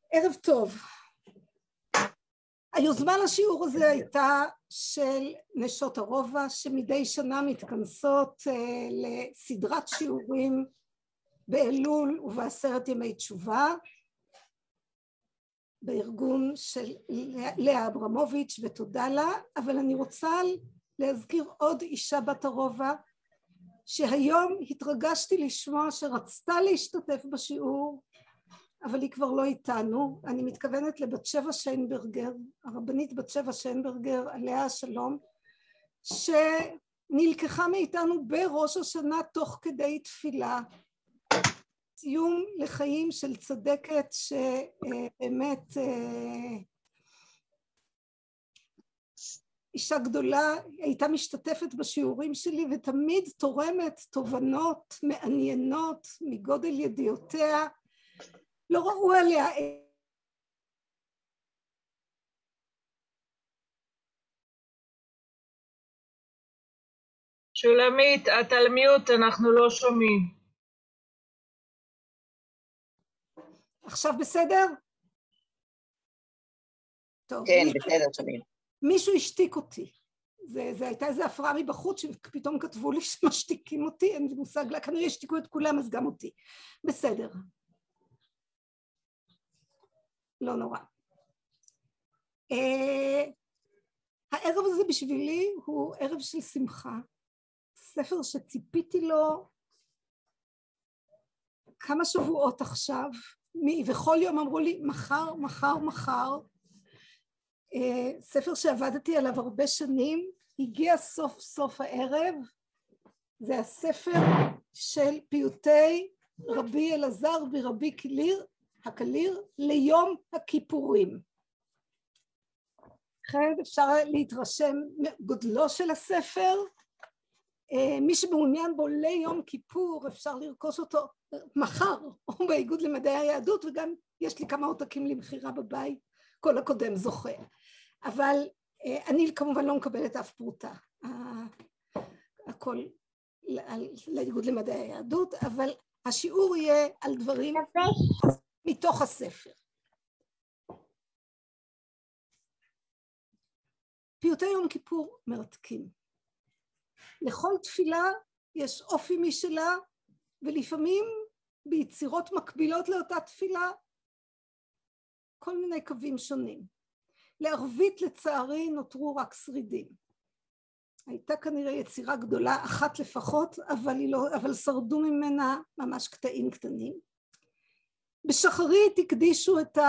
ערב טוב. היוזמה לשיעור הזה הייתה של נשות הרובע שמדי שנה מתכנסות לסדרת שיעורים באלול ובעשרת ימי תשובה בארגון של לאה אברמוביץ' ותודה לה, אבל אני רוצה להזכיר עוד אישה בת הרובע שהיום התרגשתי לשמוע שרצתה להשתתף בשיעור אבל היא כבר לא איתנו. אני מתכוונת לבת שבע שיינברגר, הרבנית בת שבע שיינברגר עליה השלום, שנלקחה מאיתנו בראש השנה תוך כדי תפילה, סיום לחיים של צדקת שבאמת אישה גדולה, הייתה משתתפת בשיעורים שלי ותמיד תורמת תובנות מעניינות מגודל ידיעותיה. לא ראו עליה. שולמית, את על מיוט, אנחנו לא שומעים. עכשיו בסדר? טוב. כן, בסדר, שומעים. מישהו השתיק אותי. זה הייתה איזו הפרעה מבחוץ שפתאום כתבו לי שמשתיקים אותי, אין לי מושג, כנראה השתיקו את כולם אז גם אותי. בסדר. לא נורא. הערב הזה בשבילי הוא ערב של שמחה. ספר שציפיתי לו כמה שבועות עכשיו, וכל יום אמרו לי מחר, מחר, מחר. ספר שעבדתי עליו הרבה שנים, הגיע סוף סוף הערב. זה הספר של פיוטי רבי אלעזר ורבי הקליר ליום הכיפורים. לכן אפשר להתרשם מגודלו של הספר. מי שמעוניין בו ליום כיפור אפשר לרכוש אותו מחר או באיגוד למדעי היהדות, וגם יש לי כמה עותקים למכירה בבית, כל הקודם זוכה. אבל אני כמובן לא מקבלת אף פרוטה, הכל לאיגוד למדעי היהדות, אבל השיעור יהיה על דברים מתוך הספר. פיוטי יום כיפור מרתקים. לכל תפילה יש אופי משלה, ולפעמים ביצירות מקבילות לאותה תפילה, כל מיני קווים שונים. לערבית לצערי נותרו רק שרידים. הייתה כנראה יצירה גדולה, אחת לפחות, אבל שרדו ממנה ממש קטעים קטנים. בשחרית הקדישו את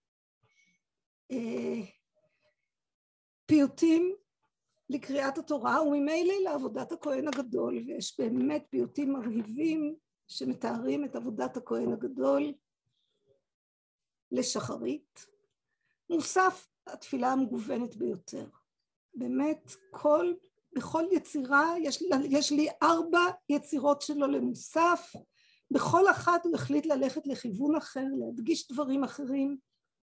הפיוטים לקריאת התורה וממילא לעבודת הכהן הגדול, ויש באמת פיוטים מרהיבים שמתארים את עבודת הכהן הגדול לשחרית. מוסף התפילה המגוונת ביותר. באמת בכל יצירה יש לי 4 יצירות שלו למוסף, בכל אחת הוא החליט ללכת לכיוון אחר, להדגיש דברים אחרים.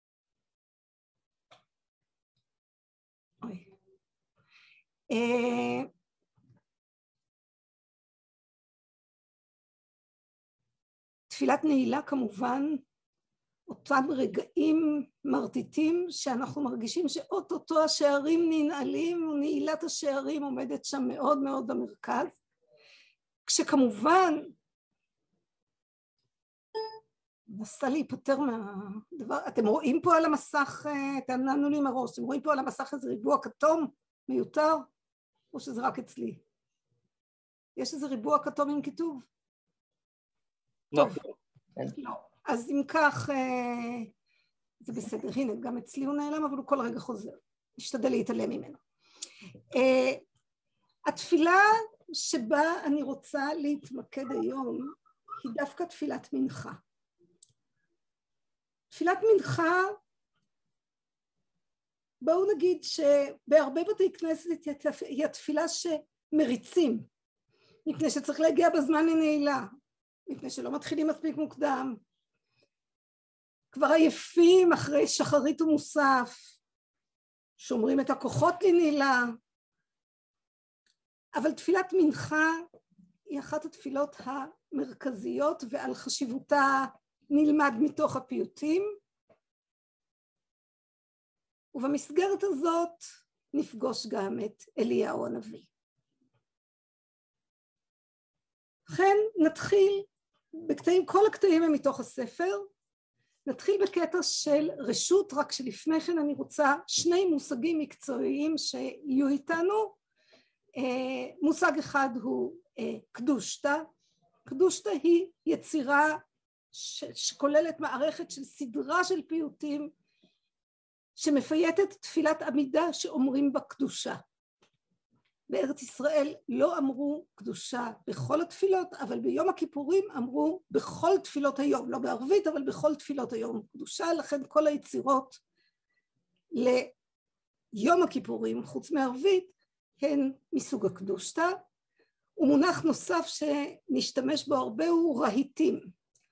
תפילת נעילה כמובן, אותם רגעים מרטיטים שאנחנו מרגישים שאוטוטו השערים ננעלים, ונעילת השערים עומדת שם מאוד מאוד במרכז, כשכמובן נסה להיפטר מהדבר. אתם רואים פה על המסך, תעננו לי עם הראש, אתם רואים פה על המסך איזה ריבוע כתום מיותר, או שזה רק אצלי? יש איזה ריבוע כתום עם כיתוב? לא. לא. אז אם כך, זה בסדר, הנה, גם אצלי הוא נעלם, אבל הוא כל רגע חוזר. נשתדל להתעלם ממנו. התפילה שבה אני רוצה להתמקד היום, היא דווקא תפילת מנחה. תפילת מנחה, בואו נגיד שבהרבה בתי כנסת היא התפילה שמריצים, מפני שצריך להגיע בזמן לנעילה, מפני שלא מתחילים מספיק מוקדם, כבר עייפים אחרי שחרית ומוסף, שומרים את הכוחות לנעילה, אבל תפילת מנחה היא אחת התפילות המרכזיות, ועל חשיבותה נלמד מתוך הפיוטים, ובמסגרת הזאת נפגוש גם את אליהו הנביא. לכן נתחיל בקטעים, כל הקטעים הם מתוך הספר, נתחיל בקטע של רשות, רק שלפני כן אני רוצה שני מושגים מקצועיים שיהיו איתנו. מושג אחד הוא קדושתא. קדושתא היא יצירה שכוללת מערכת של סדרה של פיוטים שמפייטת תפילת עמידה שאומרים בה קדושה. בארץ ישראל לא אמרו קדושה בכל התפילות, אבל ביום הכיפורים אמרו בכל תפילות היום, לא בערבית, אבל בכל תפילות היום קדושה, לכן כל היצירות ליום הכיפורים, חוץ מערבית, הן מסוג הקדושתא, ומונח נוסף שנשתמש בו הרבה הוא רהיטים.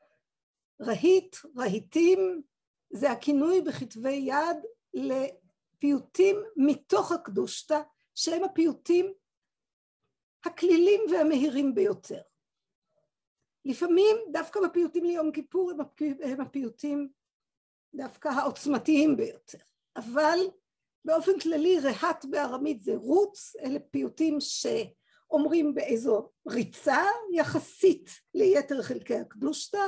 רהיטים, זה הכינוי בכתבי יד לפיוטים מתוך הקדושתא, שהם הפיוטים הכלילים והמהירים ביותר. לפעמים דווקא בפיוטים ליום כיפור הם הפיוטים דווקא העוצמתיים ביותר, אבל באופן כללי רהט בארמית זה רוץ, אלה פיוטים שאומרים באיזו ריצה יחסית ליתר חלקי הקדושתא.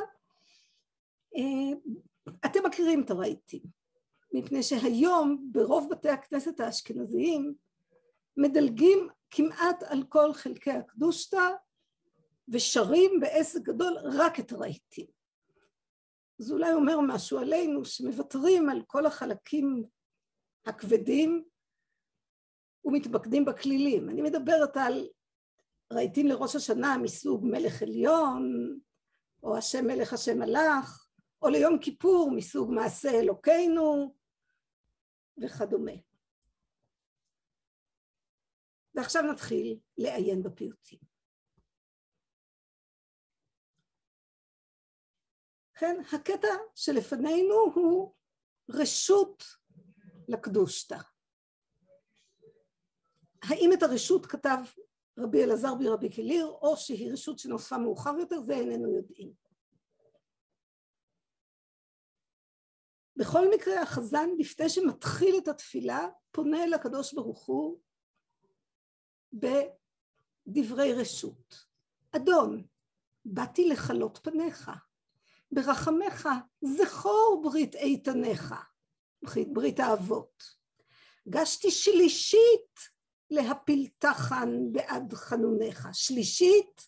אתם מכירים את הרהיטים, מפני שהיום ברוב בתי הכנסת האשכנזיים מדלגים כמעט על כל חלקי הקדושתא ושרים בעסק גדול רק את הרהיטים. זה אולי אומר משהו עלינו שמוותרים על כל החלקים הכבדים ומתמקדים בכלילים. אני מדברת על רהיטים לראש השנה מסוג מלך עליון, או השם מלך השם מלך, או ליום כיפור מסוג מעשה אלוקינו וכדומה. ועכשיו נתחיל לעיין בפיוטים. כן, הקטע שלפנינו הוא רשות לקדושתא. האם את הרשות כתב רבי אלעזר ברבי קליר, או שהיא רשות שנוספה מאוחר יותר, זה איננו יודעים. בכל מקרה החזן לפני שמתחיל את התפילה פונה אל הקדוש ברוך הוא בדברי רשות. אדון, באתי לחלות פניך, ברחמך זכור ברית איתניך, ברית האבות. גשתי שלישית להפיל תחן בעד חנוניך. שלישית,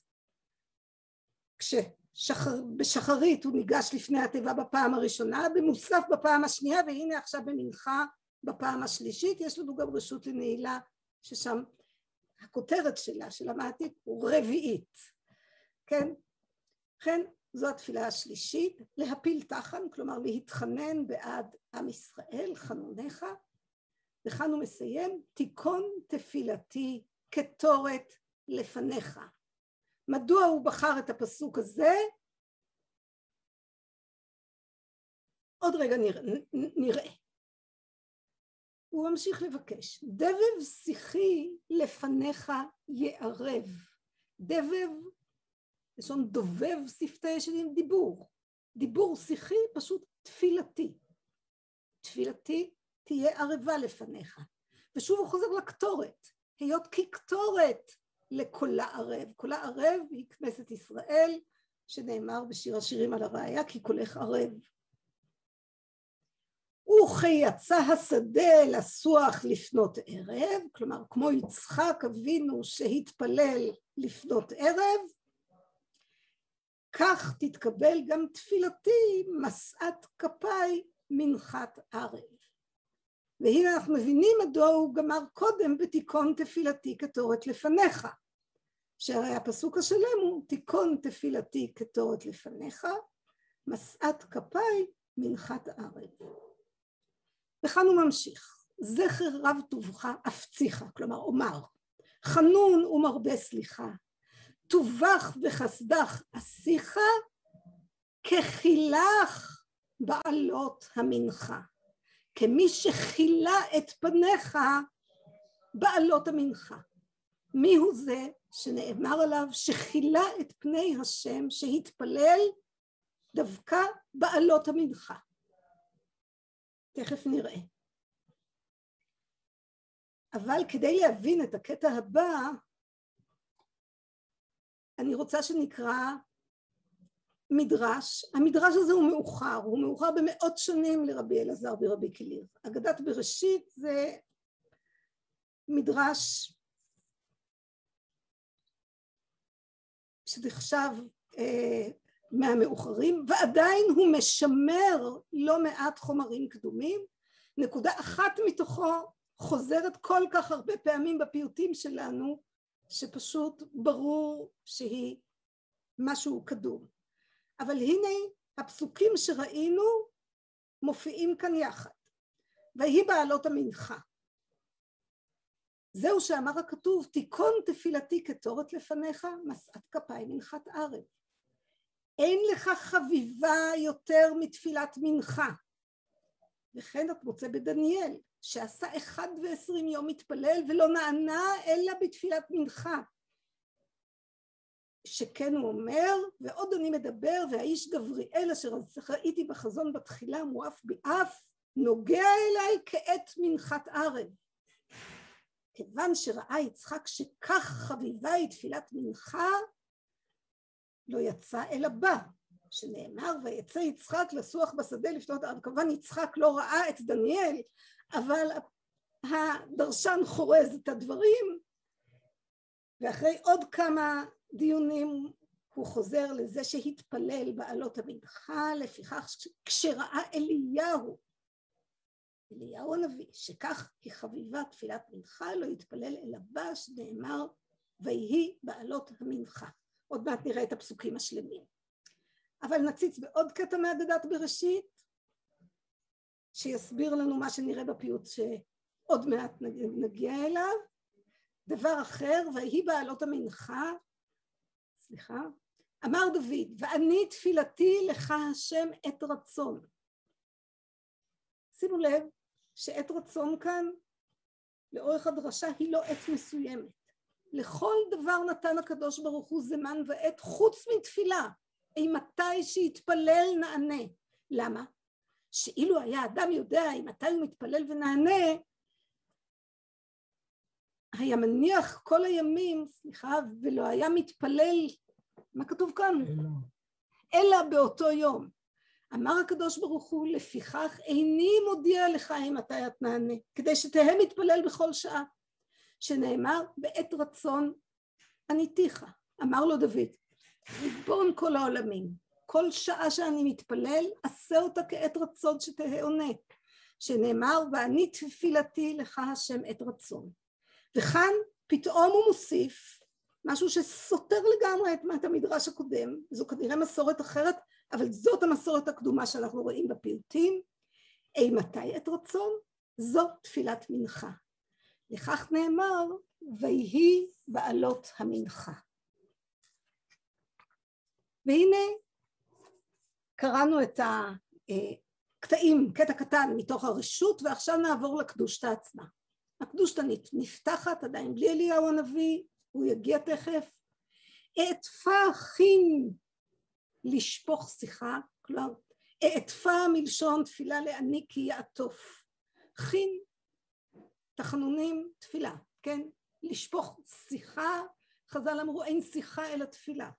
בשחרית הוא ניגש לפני התיבה בפעם הראשונה, במוסף בפעם השנייה, והנה עכשיו במנחה בפעם השלישית. יש לנו גם רשות לנעילה ששם הכותרת שלה, של המעתיק, הוא רביעית. כן? כן, זו התפילה השלישית, להפיל תחן, כלומר להתחנן בעד עם ישראל, חנוניך, וכאן הוא מסיים, תיקון תפילתי כתורת לפניך. מדוע הוא בחר את הפסוק הזה? עוד רגע נראה. הוא ממשיך לבקש, דבב שיחי לפניך יערב. דבב, לשון דובב שפתי ישנים, דיבור. דיבור שיחי פשוט תפילתי. תפילתי תהיה ערבה לפניך. ושוב הוא חוזר לקטורת, היות כקטורת לקולה ערב. קולה ערב היא כנסת ישראל, שנאמר בשיר השירים על הראיה, כי קולך ערב. וכיצא השדה לסוח לפנות ערב, כלומר כמו יצחק אבינו שהתפלל לפנות ערב, כך תתקבל גם תפילתי משאת כפיי מנחת ערב. והנה אנחנו מבינים מדוע הוא גמר קודם בתיקון תפילתי כתורת לפניך, שהרי הפסוק השלם הוא תיקון תפילתי כתורת לפניך, משאת כפיי מנחת ערב. וכאן הוא ממשיך, זכר רב טובך אפציך, כלומר אומר, חנון ומרבה סליחה, טובך וחסדך עשיך, כחילך בעלות המנחה. כמי שחילה את פניך בעלות המנחה. מי הוא זה שנאמר עליו שחילה את פני השם שהתפלל דווקא בעלות המנחה? תכף נראה. אבל כדי להבין את הקטע הבא, אני רוצה שנקרא מדרש. המדרש הזה הוא מאוחר במאות שנים לרבי אלעזר ברבי כליר. אגדת בראשית זה מדרש שנחשב מהמאוחרים, ועדיין הוא משמר לא מעט חומרים קדומים. נקודה אחת מתוכו חוזרת כל כך הרבה פעמים בפיוטים שלנו, שפשוט ברור שהיא משהו קדום. אבל הנה הפסוקים שראינו מופיעים כאן יחד. ויהי בעלות המנחה. זהו שאמר הכתוב, תיכון תפילתי כתורת לפניך, משאת כפיים מנחת ערב. אין לך חביבה יותר מתפילת מנחה. וכן את מוצא בדניאל, שעשה 21 יום מתפלל ולא נענה אלא בתפילת מנחה. שכן הוא אומר, ועוד אני מדבר, והאיש גבריאל אשר ראיתי בחזון בתחילה מואף באף, נוגע אליי כעת מנחת ערב. כיוון שראה יצחק שכך חביבה היא תפילת מנחה, לא יצא אלא בא, שנאמר ויצא יצחק לסוח בשדה לפנות ערב. כמובן יצחק לא ראה את דניאל, אבל הדרשן חורז את הדברים, ואחרי עוד כמה דיונים הוא חוזר לזה שהתפלל בעלות המנחה, לפיכך כשראה אליהו הנביא, שכך היא חביבה תפילת מנחה, לא יתפלל אל הבא, שנאמר ויהי בעלות המנחה. עוד מעט נראה את הפסוקים השלמים. אבל נציץ בעוד קטע מהגדת בראשית, שיסביר לנו מה שנראה בפיוט שעוד מעט נגיע אליו. דבר אחר, ויהי בעלות המנחה, אמר דוד, ואני תפילתי לך השם את רצון. שימו לב שעת רצון כאן, לאורך הדרשה, היא לא עת מסוימת. לכל דבר נתן הקדוש ברוך הוא זמן ועת, חוץ מתפילה. מתי שיתפלל נענה. למה? שאילו היה אדם יודע מתי הוא מתפלל ונענה, היה מניח כל הימים, ולא היה מתפלל, מה כתוב כאן? אלא באותו יום. אמר הקדוש ברוך הוא, לפיכך איני מודיע לך מתי את נענה, כדי שתהא מתפלל בכל שעה. שנאמר, בעת רצון עניתיך. אמר לו דוד, ריבון כל העולמים, כל שעה שאני מתפלל, עשה אותה כעת רצון שתהא עונה. שנאמר, ואני תפילתי לך השם את רצון. וכאן פתאום הוא מוסיף משהו שסותר לגמרי את המדרש הקודם, זו כנראה מסורת אחרת, אבל זאת המסורת הקדומה שאנחנו רואים בפיוטים. מתי את רצון? זו תפילת מנחה. לכך נאמר, ויהי בעלות המנחה. והנה קראנו את הקטעים, קטע קטן מתוך הרשות, ועכשיו נעבור לקדושתה עצמה. הקדושתה נפתחת עדיין בלי אליהו הנביא, הוא יגיע תכף. אעטפה חין לשפוך שיחה, כלומר, אעטפה מלשון תפילה לעני כי יעטוף. חין, תחנונים, תפילה, כן? לשפוך שיחה, חז"ל אמרו אין שיחה אלא תפילה.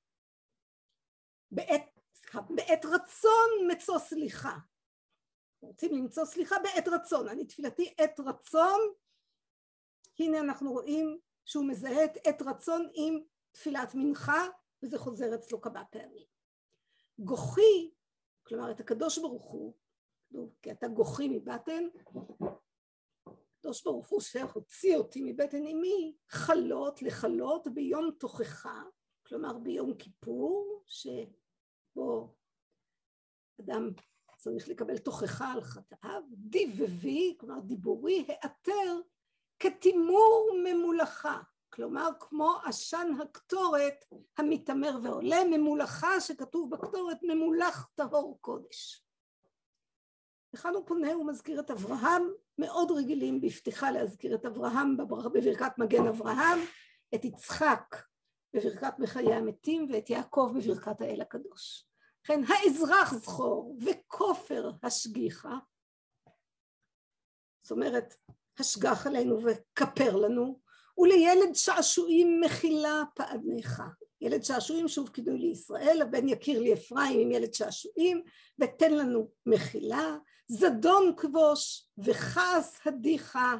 בעת רצון מצוא סליחה. רוצים למצוא סליחה בעת רצון, אני תפילתי עת רצון, הנה אנחנו רואים שהוא מזהה את עת רצון עם תפילת מנחה, וזה חוזר אצלו כמה פעמים. גוחי, כלומר את הקדוש ברוך הוא, כי אתה גוחי מבטן, הקדוש ברוך הוא שהוציא אותי מבטן אמי, חלות לחלות ביום תוכחה, כלומר ביום כיפור, שבו אדם צריך לקבל תוכחה על חטאיו, דיבבי, כלומר דיבורי, העתר כתימור ממולכה, כלומר כמו עשן הקטורת המתאמר ועולה, ממולכה שכתוב בקטורת ממולך טהור קודש. וכאן הוא פונה ומזכיר את אברהם, מאוד רגילים בפתיחה להזכיר את אברהם בברכת מגן אברהם, את יצחק בברכת מחיי המתים ואת יעקב בברכת האל הקדוש. לכן האזרח זכור וכופר השגיחה, זאת אומרת השגח עלינו וכפר לנו, ולילד שעשועים מכילה פעדנך. ילד שעשועים שוב כינוי לישראל, הבן יקיר לי אפרים עם ילד שעשועים, ותן לנו מכילה, זדון כבוש וכעס הדיחה,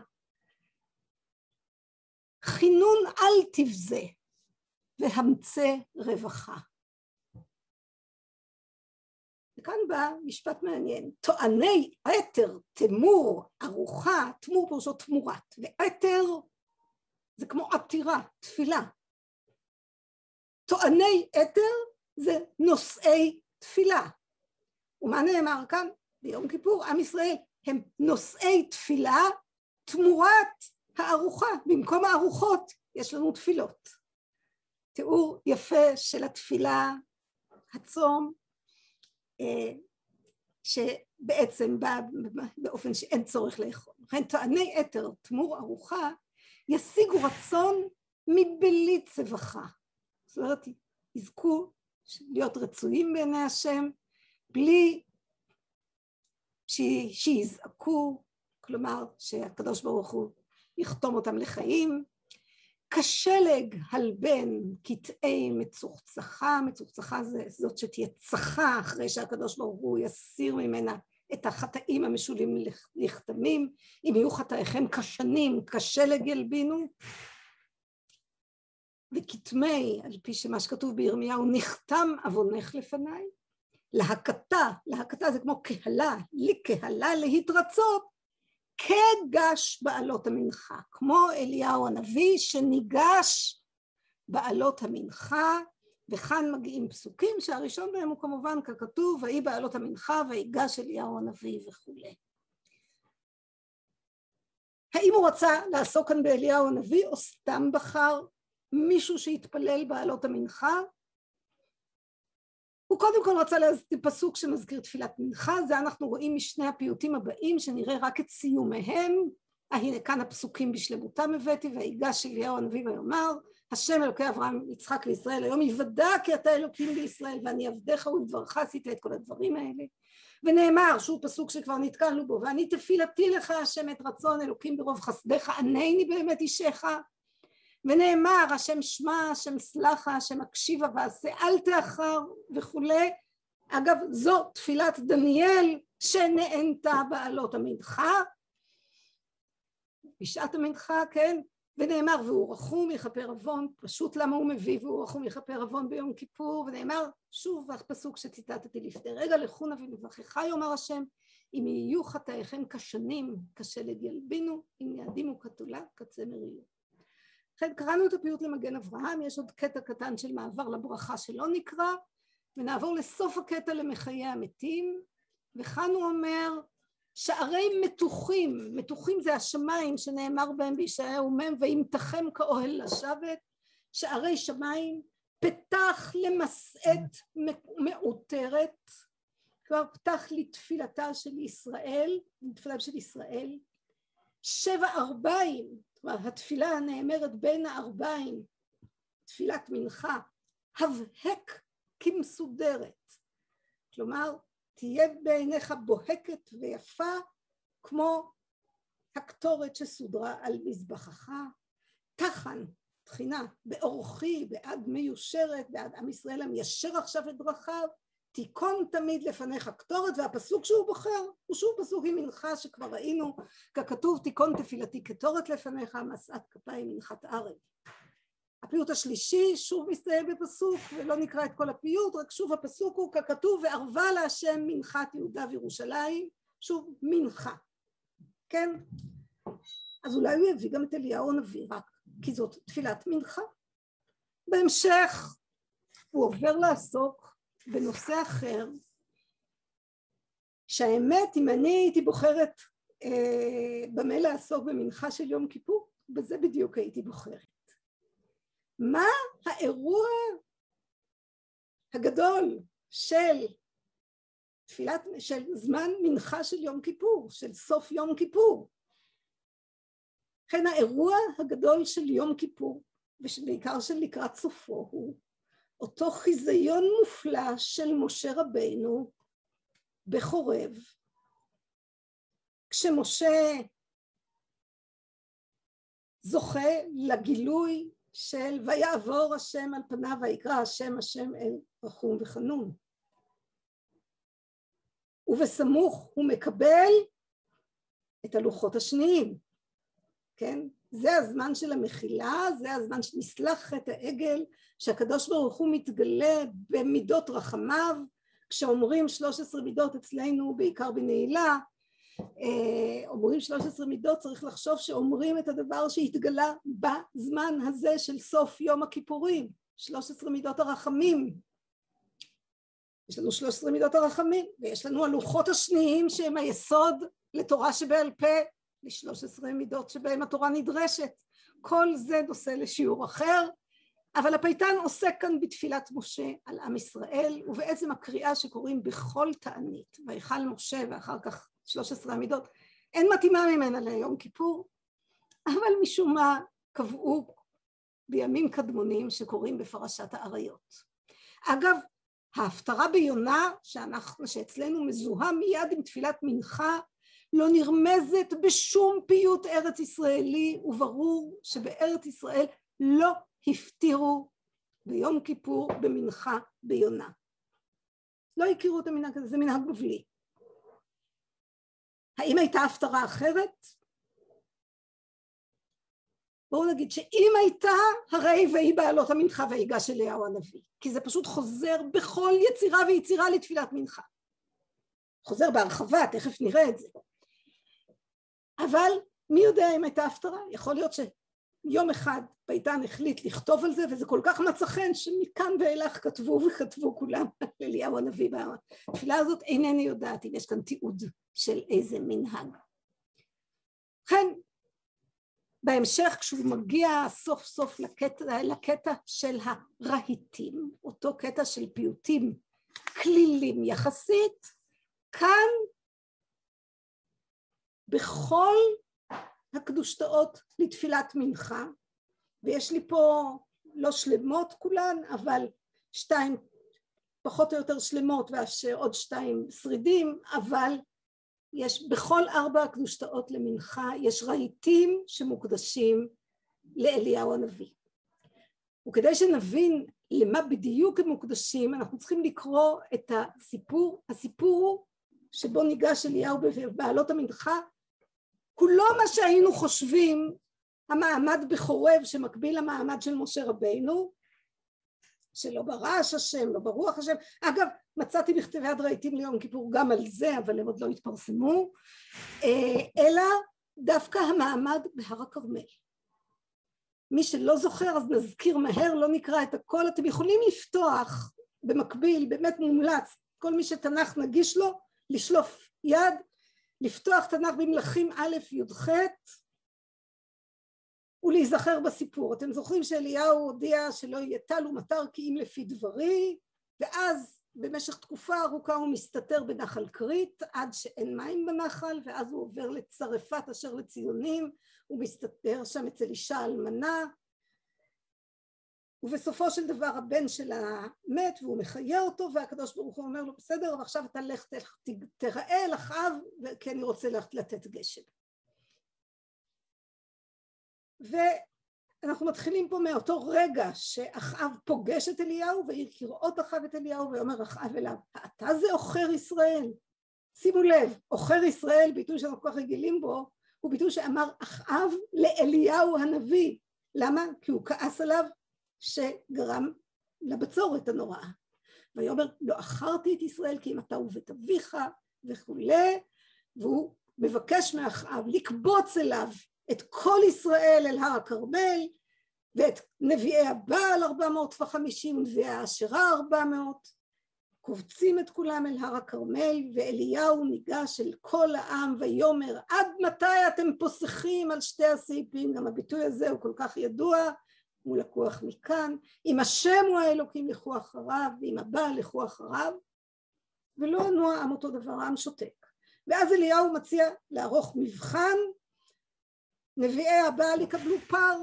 חינון אל תבזה, והמצא רווחה. וכאן בא משפט מעניין, טועני עתר, תמור, ארוחה, תמור פירושו תמורת, ועתר זה כמו עתירה, תפילה. טועני עתר זה נושאי תפילה. ומה נאמר כאן? ביום כיפור, עם ישראל הם נושאי תפילה תמורת הארוחה. במקום הארוחות יש לנו תפילות. תיאור יפה של התפילה, הצום, שבעצם בא באופן שאין צורך לאכול. לכן טועני עתר, תמור ארוחה, ישיגו רצון מבלי צווחה. זאת אומרת, יזכו להיות רצויים בעיני השם, בלי שיזעקו, כלומר שהקדוש ברוך הוא יכתום אותם לחיים. כשלג הלבן קטעי מצוחצחה, מצוחצחה זה זאת שתהיה צחה אחרי שהקדוש ברוך הוא יסיר ממנה את החטאים המשולים לכתמים, אם יהיו חטאיכם כשנים, כשלג ילבינו, וכתמי, על פי שמה שכתוב בירמיהו, נחתם עוונך לפניי, להקתה זה כמו קהלה, לקהלה להתרצות, כגש בעלות המנחה, כמו אליהו הנביא שניגש בעלות המנחה, וכאן מגיעים פסוקים שהראשון בהם הוא כמובן ככתוב, ויהי בעלות המנחה ויגש אליהו הנביא וכו'. האם הוא רצה לעסוק כאן באליהו הנביא או סתם בחר מישהו שהתפלל בעלות המנחה? הוא קודם כל רצה פסוק שמזכיר תפילת מנחה, זה אנחנו רואים משני הפיוטים הבאים שנראה רק את סיומיהם. הנה כאן הפסוקים בשלמותם הבאתי, ויגש אליהו הנביא ויאמר, השם אלוקי אברהם יצחק לישראל היום יוודע כי אתה אלוקים בישראל ואני עבדך ולדברך עשית את כל הדברים האלה. ונאמר, שהוא פסוק שכבר נתקלנו בו, ואני תפילתי לך השם את רצון אלוקים ברוב חסדך ענני באמת אישך. ונאמר, השם שמע, השם סלחה, השם הקשיבה ועשה אל תאחר וכולי. אגב, זו תפילת דניאל שנענתה בעלות המנחה, בשעת המנחה, כן? ונאמר, והוא רחום יכפר עוון, פשוט למה הוא מביא, והוא רחום יכפר עוון ביום כיפור, ונאמר, שוב הפסוק שציטטתי לפני רגע, לכו נביא לברכך יאמר השם, אם יהיו חטאיכם כשנים, כשלג ילבינו, אם יעדימו כתולה, כצמר יהיו. לכן קראנו את הפיוט למגן אברהם, יש עוד קטע קטן של מעבר לברכה שלא נקרא, ונעבור לסוף הקטע למחיי המתים, וכאן הוא אומר, שערי מתוחים, מתוחים זה השמיים שנאמר בהם בישעיהו מ' וימתחם כאוהל לשבת, שערי שמיים, פתח למסעת מעוטרת, כבר פתח לתפילתה של ישראל, לתפילתה של ישראל, 7 ארבעים, כלומר התפילה הנאמרת בין הארבעים, תפילת מנחה, הבהק כמסודרת, כלומר תהיה בעיניך בוהקת ויפה כמו הקטורת שסודרה על מזבחך, תחן, תחינה, באורחי, בעד מיושרת, בעד עם ישראל המיישר עכשיו את דרכיו, תיקון תמיד לפניך קטורת, והפסוק שהוא בוחר הוא שוב פסוק עם מנחה שכבר ראינו, ככתוב תיקון תפילתי קטורת לפניך, משאת כפיים מנחת ערב. הפיוט השלישי שוב מסתיים בפסוק, ולא נקרא את כל הפיוט, רק שוב הפסוק הוא ככתוב, וערבה להשם מנחת יהודה וירושלים, שוב מנחה, כן? אז אולי הוא יביא גם את אליהו הנביא, רק כי זאת תפילת מנחה. בהמשך הוא עובר לעסוק בנושא אחר, שהאמת אם אני הייתי בוחרת במה לעסוק במנחה של יום כיפור, בזה בדיוק הייתי בוחרת. מה האירוע הגדול של תפילת, של זמן מנחה של יום כיפור, של סוף יום כיפור? לכן האירוע הגדול של יום כיפור, ובעיקר של לקראת סופו, הוא אותו חיזיון מופלא של משה רבינו בחורב, כשמשה זוכה לגילוי של ויעבור השם על פניו ויקרא השם השם אל רחום וחנון. ובסמוך הוא מקבל את הלוחות השניים, כן? זה הזמן של המחילה, זה הזמן שנסלח חטא העגל, שהקדוש ברוך הוא מתגלה במידות רחמיו. כשאומרים 13 מידות אצלנו, בעיקר בנעילה, אומרים 13 מידות, צריך לחשוב שאומרים את הדבר שהתגלה בזמן הזה של סוף יום הכיפורים, 13 מידות הרחמים. יש לנו 13 מידות הרחמים, ויש לנו הלוחות השניים שהם היסוד לתורה שבעל פה, ל13 מידות שבהם התורה נדרשת. כל זה נושא לשיעור אחר, אבל הפייטן עוסק כאן בתפילת משה על עם ישראל, ובעצם הקריאה שקוראים בכל תענית, ויכל משה ואחר כך 13 המידות, אין מתאימה ממנה ליום כיפור, אבל משום מה קבעו בימים קדמונים שקוראים בפרשת האריות. אגב, ההפטרה ביונה שאצלנו מזוהה מיד עם תפילת מנחה, לא נרמזת בשום פיוט ארץ ישראלי, וברור שבארץ ישראל לא הפטירו ביום כיפור במנחה ביונה. לא הכירו את המנהג הזה, זה מנהג בבלי. האם הייתה הפטרה אחרת? בואו נגיד שאם הייתה, הרי והיא בעלות המנחה ויגש אליהו הנביא, כי זה פשוט חוזר בכל יצירה ויצירה לתפילת מנחה. חוזר בהרחבה, תכף נראה את זה. אבל מי יודע אם הייתה הפטרה? יכול להיות שיום אחד פייטן החליט לכתוב על זה, וזה כל כך מצא חן שמכאן ואילך כתבו כולם על אליהו הנביא. בתפילה הזאת אינני יודעת אם יש כאן תיעוד של איזה מנהג. לכן, בהמשך כשהוא מגיע סוף סוף לקטע של הרהיטים, אותו קטע של פיוטים כלילים יחסית, כאן בכל הקדושתאות לתפילת מנחה, ויש לי פה לא שלמות כולן, אבל 2 פחות או יותר שלמות ועוד 2 שרידים, אבל יש בכל 4 הקדושתאות למנחה, יש רהיטים שמוקדשים לאליהו הנביא. וכדי שנבין למה בדיוק הם מוקדשים, אנחנו צריכים לקרוא את הסיפור. הסיפור שבו ניגש אליהו בבעלות המנחה, כולו מה שהיינו חושבים, המעמד בחורב שמקביל למעמד של משה רבינו, שלא ברעש השם, לא ברוח השם. אגב, מצאתי בכתבי יד רהיטים ליום כיפור גם על זה, אבל הם עוד לא התפרסמו, אלא דווקא המעמד בהר הכרמל. מי שלא זוכר, אז נזכיר מהר, לא נקרא את הכל. אתם יכולים לפתוח במקביל, באמת מומלץ, כל מי שתנ"ך נגיש לו, לשלוף יד, לפתוח תנ"ך במלכים א' י"ח, ולהיזכר בסיפור. אתם זוכרים שאליהו הודיע שלא יהיה טל ומטר כי אם לפי דברי, ואז במשך תקופה ארוכה הוא מסתתר בנחל כרית, עד שאין מים בנחל, ואז הוא עובר לצרפת אשר לציונים, הוא מסתתר שם אצל אישה אלמנה, ובסופו של דבר הבן שלה מת, והוא מחיה אותו, והקדוש ברוך הוא אומר לו, בסדר, ועכשיו אתה לך תראה אל אחאב, כי אני רוצה לתת גשם. ואנחנו מתחילים פה מאותו רגע שאחאב פוגש את אליהו, וכראות אחאב את אליהו, ואומר אחאב אליו, אתה זה עוכר ישראל. שימו לב, עוכר ישראל, ביטוי שאנחנו כל כך רגילים בו, הוא ביטוי שאמר אחאב לאליהו הנביא. למה? כי הוא כעס עליו שגרם לבצורת הנוראה. ויאמר, לא עכרתי את ישראל כי אם אתה ובית אביך וכולי, והוא מבקש מאחאב לקבוץ אליו את כל ישראל אל הר הכרמל, ואת נביאי הבעל 450 ונביאי האשרה 400, קובצים את כולם אל הר הכרמל, ואליהו ניגש אל כל העם ויאמר, עד מתי אתם פוסחים על 2 הסעיפים? גם הביטוי הזה הוא כל כך ידוע, הוא לקוח מכאן, אם השם הוא האלוקים לכו אחריו, ואם הבעל לכו אחריו, ולא ענו העם אותו דבר, העם שותק. ואז אליהו מציע לערוך מבחן, נביאי הבעל יקבלו פר,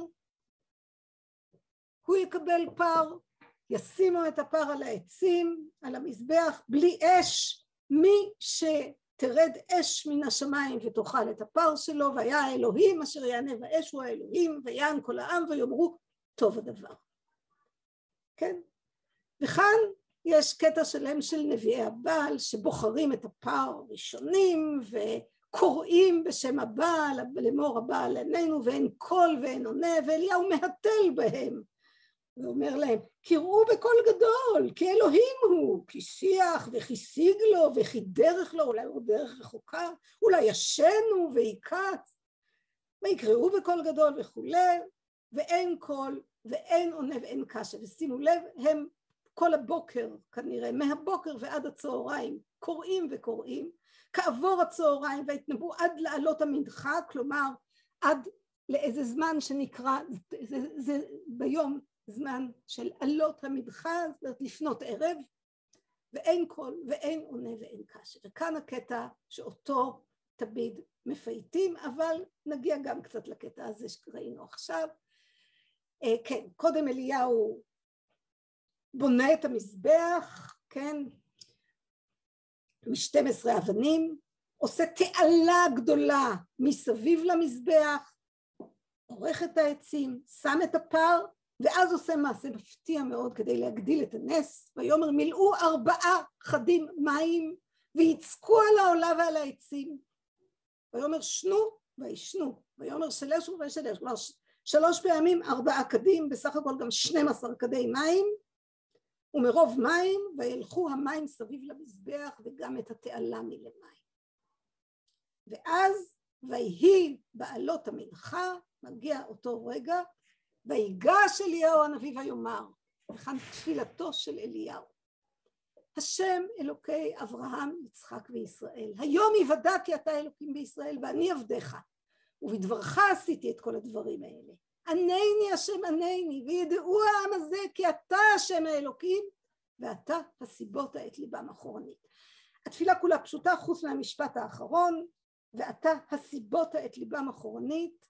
הוא יקבל פר, ישימו את הפר על העצים, על המזבח, בלי אש. מי תרד אש מן השמיים ותאכל את הפר שלו, והיה האלוהים אשר יענה באש הוא האלוהים, ויען כל העם ויאמרו טוב הדבר. כן? וכאן יש קטע שלם של נביאי הבעל שבוחרים את הפר ראשונים וקוראים בשם הבעל, לאמור הבעל עינינו, ואין קול ואין עונה, ואליהו מהתל בהם ואומר להם קראו בקול גדול כי אלוהים הוא, כי שיח וכי שיג לו וכי דרך לו, אולי הוא דרך רחוקה, אולי ישנו ויקץ, ויקראו בקול גדול וכולי, ואין קול ואין עונה ואין קשה. ושימו לב, הם כל הבוקר כנראה, מהבוקר ועד הצהריים, קוראים וקוראים, כעבור הצהריים והתנבאו עד לעלות המנחה, כלומר עד לאיזה זמן שנקרא, זה ביום זמן של עלות המנחה, זאת אומרת לפנות ערב, ואין קול ואין עונה ואין קשה. וכאן הקטע שאותו תמיד מפייטים, אבל נגיע גם קצת לקטע הזה שראינו עכשיו. כן, קודם אליהו בונה את המזבח, כן, מ-12 אבנים, עושה תעלה גדולה מסביב למזבח, עורך את העצים, שם את הפר, ואז עושה מעשה מפתיע מאוד כדי להגדיל את הנס, ויאמר מילאו 4 חדים מים, ויצקו על העולה ועל העצים, ויאמר שנו וישנו, ויאמר שלשו וישלש, כלומר 3 פעמים 4 קדים, בסך הכל גם 12 קדי מים, ומרוב מים וילכו המים סביב למזבח וגם את התעלה מלמים. ואז ויהי בעלות המנחה, מגיע אותו רגע, ויגש אליהו הנביא ויאמר, וכאן תפילתו של אליהו, השם אלוקי אברהם, יצחק וישראל, היום יוודע כי אתה אלוקים בישראל ואני עבדך, ובדברך עשיתי את כל הדברים האלה. ענני השם ענני, וידעו העם הזה כי אתה השם האלוקים, ואתה הסיבות את ליבם אחורנית. התפילה כולה פשוטה חוץ מהמשפט האחרון, ואתה הסיבות את ליבם אחורנית.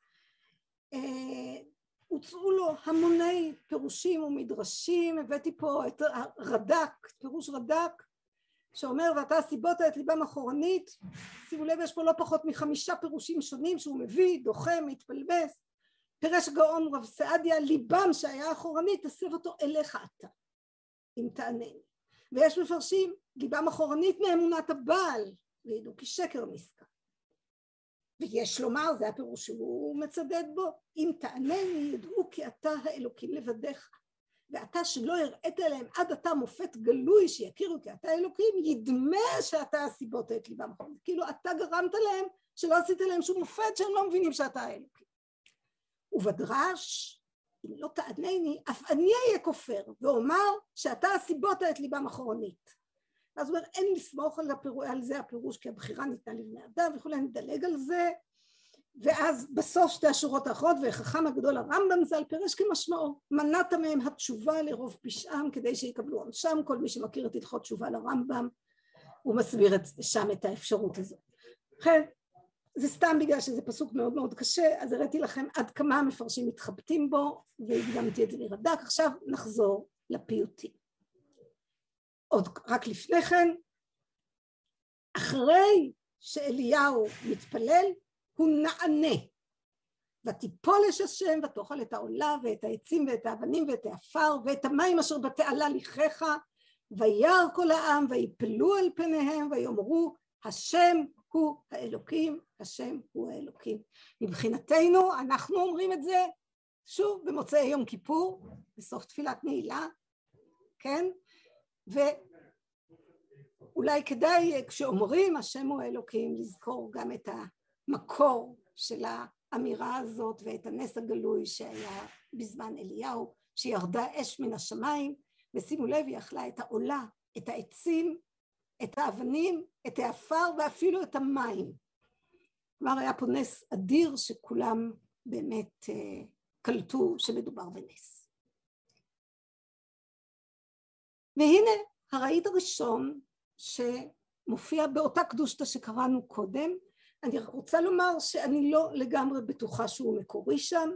הוצאו לו המוני פירושים ומדרשים, הבאתי פה את הרד"ק, פירוש רד"ק, שאומר ואתה הסיבות את ליבם אחורנית, שימו לב יש פה לא פחות מ5 פירושים שונים שהוא מביא, דוחה, מתפלבס. פירש גאון רב סעדיה, ליבם שהיה אחורנית, תסב אותו אליך אתה, אם תענני. ויש מפרשים, ליבם אחורנית מאמונת הבעל, וידעו כי שקר נזכר. ויש לומר, זה הפירוש שהוא מצדד בו, אם תענני ידעו כי אתה האלוקים לבדך, ואתה שלא הראית אליהם עד אתה מופת גלוי שיכירו כי אתה אלוקים, ידמה שאתה הסיבות את ליבם אחורנית. כאילו אתה גרמת להם שלא עשית להם שום מופת שהם לא מבינים שאתה האלוקים. ובדרש, אם לא תענני, אף אני אהיה כופר, ואומר שאתה הסיבות את ליבם אחורנית. אז הוא אומר, אין לסמוך על זה הפירוש, כי הבחירה ניתנה לבני אדם, וכולי, נדלג על זה, ואז בסוף 2 השורות האחרות, והחכם הגדול הרמב"ם ז"ל פירש כמשמעו, מנעת מהם התשובה לרוב פשעם, כדי שיקבלו עונשם, כל מי שמכיר את הלכות תשובה לרמב"ם, הוא מסביר שם את האפשרות הזאת. לכן, זה סתם בגלל שזה פסוק מאוד מאוד קשה, אז הראיתי לכם עד כמה המפרשים מתחבטים בו, והקדמתי את זה מרד"ק. עכשיו נחזור לפיוטים. עוד רק לפני כן, אחרי שאליהו מתפלל, הוא נענה. ותיפול אש השם ותאכל את העולה ואת העצים ואת האבנים ואת העפר ואת המים אשר בתעלה לכיך, וירא כל העם ויפלו על פניהם ויאמרו השם הוא האלוקים, השם הוא האלוקים. מבחינתנו אנחנו אומרים את זה שוב במוצאי יום כיפור, בסוף תפילת נעילה, כן? ואולי כדאי כשאומרים השם הוא האלוקים לזכור גם את המקור של האמירה הזאת ואת הנס הגלוי שהיה בזמן אליהו, שירדה אש מן השמיים, ושימו לב היא אכלה את העולה, את העצים, את האבנים, את העפר ואפילו את המים. כבר היה פה נס אדיר שכולם באמת קלטו שמדובר בנס. והנה הרהיט הראשון שמופיע באותה קדושתא שקראנו קודם, אני רוצה לומר שאני לא לגמרי בטוחה שהוא מקורי שם,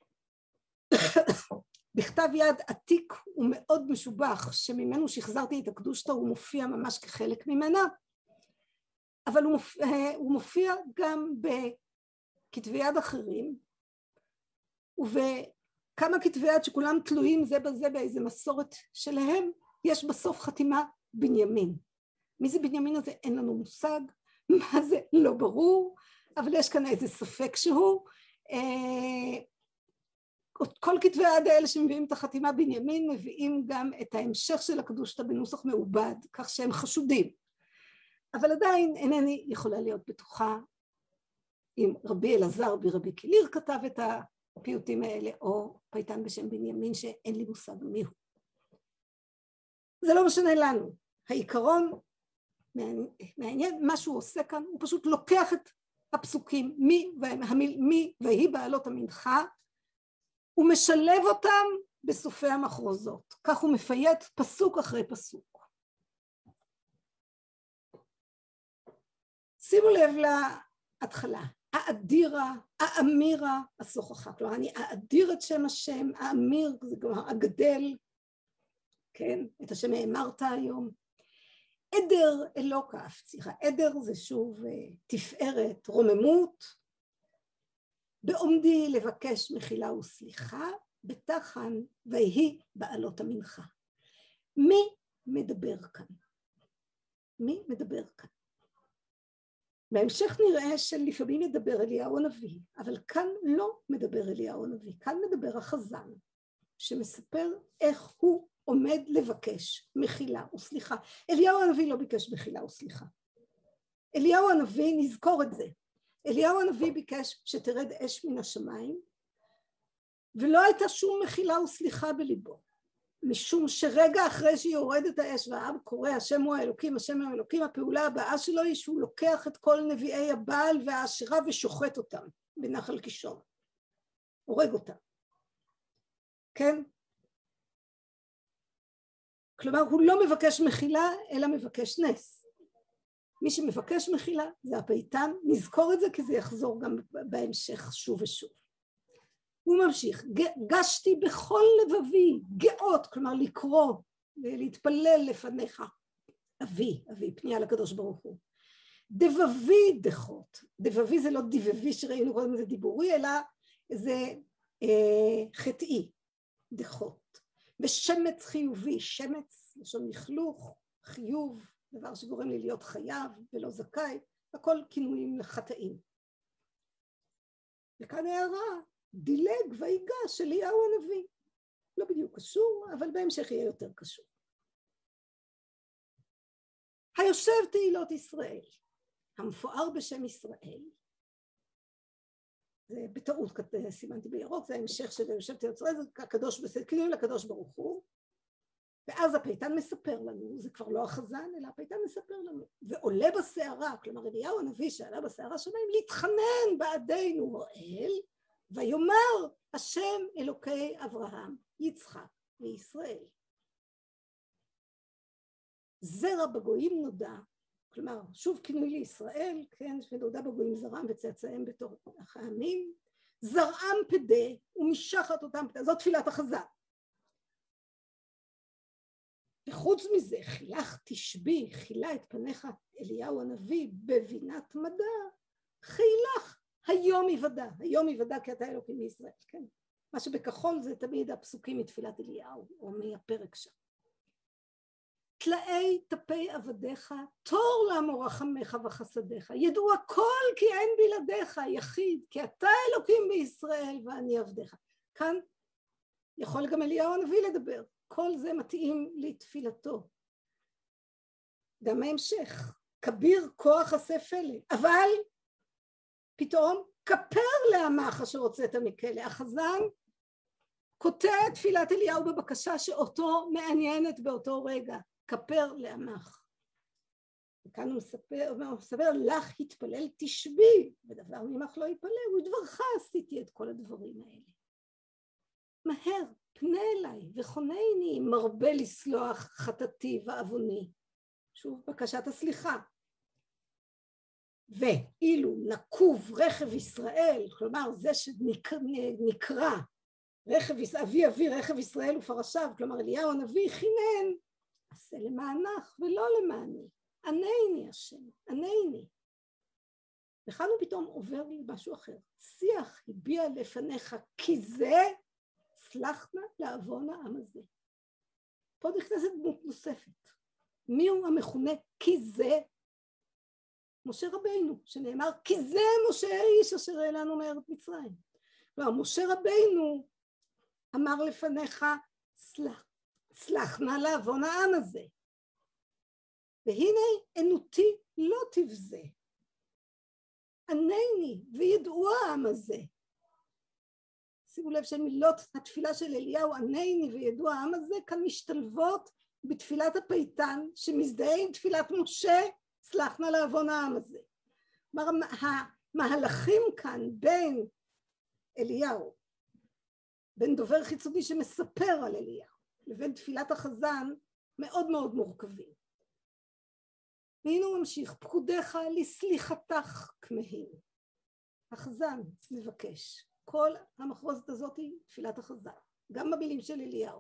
בכתב יד עתיק ומאוד משובח שממנו שחזרתי את הקדושתא, הוא מופיע ממש כחלק ממנה, אבל הוא מופיע גם בכתבי יד אחרים, ובכמה כתבי יד שכולם תלויים זה בזה באיזה מסורת שלהם, יש בסוף חתימה בנימין. מי זה בנימין הזה? אין לנו מושג, מה זה? לא ברור, אבל יש כאן איזה ספק שהוא. כל כתבי היד האלה שמביאים את החתימה בנימין, מביאים גם את ההמשך של הקדושתא בנוסח מעובד, כך שהם חשודים. אבל עדיין אינני יכולה להיות בטוחה אם רבי אלעזר ברבי קליר כתב את הפיוטים האלה, או פייטן בשם בנימין שאין לי מושג מיהו. זה לא משנה לנו. העיקרון מעניין, מה שהוא עושה כאן, הוא פשוט לוקח את הפסוקים, מי והיא בעלות המנחה, הוא משלב אותם בסופי המחרוזות. כך הוא מפייט פסוק אחרי פסוק. שימו לב להתחלה. האדירה, האמירה, השוחחה. כלומר, אני האדיר את שם השם, האמיר, זה כלומר, הגדל, כן, את השם האמרת היום. עדר אלוקה, הפציחה. עדר זה שוב תפארת, רוממות. בעומדי לבקש מחילה וסליחה, בתחן ויהי בעלות המנחה. מי מדבר כאן? מי מדבר כאן? בהמשך נראה שלפעמים מדבר אליהו הנביא, אבל כאן לא מדבר אליהו הנביא, כאן מדבר החזן, שמספר איך הוא עומד לבקש מחילה וסליחה. אליהו הנביא לא ביקש מחילה וסליחה. אליהו הנביא, נזכור את זה, אליהו הנביא ביקש שתרד אש מן השמיים, ולא הייתה שום מחילה וסליחה בליבו, משום שרגע אחרי שיורדת האש והעם קורא השם הוא האלוקים, השם הוא האלוקים, הפעולה הבאה שלו היא שהוא לוקח את כל נביאי הבעל והאשרה ושוחט אותם בנחל קישון, הורג אותם, כן? כלומר הוא לא מבקש מחילה אלא מבקש נס. מי שמבקש מחילה זה הפייטן, נזכור את זה כי זה יחזור גם בהמשך שוב ושוב. הוא ממשיך, גשתי בכל לבבי, גאות, כלומר לקרוא ולהתפלל לפניך. אבי, פנייה לקדוש ברוך הוא. דבבי דחות, דבבי זה לא דבבי שראינו קודם זה דיבורי, אלא זה חטאי, דחות. ושמץ חיובי, שמץ, לשון לכלוך, חיוב, דבר שגורם לי להיות חייב ולא זכאי, הכל כינויים לחטאים. וכאן הערה, דילג ויגש אליהו הנביא. לא בדיוק קשור, אבל בהמשך יהיה יותר קשור. היושב תהילות ישראל, המפואר בשם ישראל, זה בטעות סימנתי בירוק, זה ההמשך של היושב תהילות ישראל, זה כינוי לקדוש ברוך הוא, ואז הפייטן מספר לנו, זה כבר לא החזן, אלא הפייטן מספר לנו, ועולה בסערה, כלומר אליהו הנביא שעלה בסערה שלהם, להתחנן בעדינו האל, ויאמר השם אלוקי אברהם, יצחק וישראל. זרע בגויים נודע, כלומר שוב כינוי לישראל, כן, ונודע בגויים זרעם וצאצאיהם בתור העמים, זרעם פדה ומשחת אותם פדה, זאת תפילת החזן. וחוץ מזה, חילך תשבי, חילה את פניך אליהו הנביא בבינת מדע, חילך היום יוודע, היום יוודע כי אתה אלוקים מישראל, כן? מה שבכחול זה תמיד הפסוקים מתפילת אליהו, או מהפרק שם. תלאי טפי עבדיך, תור לעמו רחמך וחסדיך, ידעו הכל כי אין בלעדיך, יחיד, כי אתה אלוקים בישראל ואני עבדיך. כאן יכול גם אליהו הנביא לדבר, כל זה מתאים לתפילתו. גם ההמשך, כביר כוח עשה פלא, אבל פתאום כפר לעמך אשר הוצאת מכלא. החזן קוטע את תפילת אליהו בבקשה שאותו מעניינת באותו רגע, כפר לעמך. וכאן הוא מספר לך התפלל תשבי, ודבר ממך לא יפלל, ודברך עשיתי את כל הדברים האלה. מהר, פנה אליי וחונני, מרבה לסלוח חטאתי ועווני. שוב בקשת הסליחה. ואילו נקוב רכב ישראל, כלומר זה שנקרא אבי רכב ישראל ופרשיו, כלומר אליהו הנביא חינן, עשה למענך ולא למעני, ענני השם, ענני, וכאן הוא פתאום עובר לי משהו אחר. שיח הביע לפניך כי זה סלח נא לעוון העם הזה. פה נכנסת דמות נוספת. מי הוא המכונה כי זה? משה רבינו, שנאמר כי זה משה האיש אשר העלנו מארץ מצרים. כלומר, משה רבינו אמר לפניך סלח נא לעוון העם הזה. והנה ענותי לא תבזה. ענני וידעו העם הזה. שימו לב שמילות התפילה של אליהו, ענני וידעו העם הזה, כאן משתלבות בתפילת הפייטן, שמזדהה עם תפילת משה, סלח נא לעוון העם הזה. כלומר, המהלכים כאן בין אליהו, בין דובר חיצוני שמספר על אליהו, לבין תפילת החזן, מאוד מאוד מורכבים. והנה הוא ממשיך, פקודיך לסליחתך כמהים. החזן מבקש. כל המחרוזת הזאת היא תפילת החזן, גם במילים של אליהו.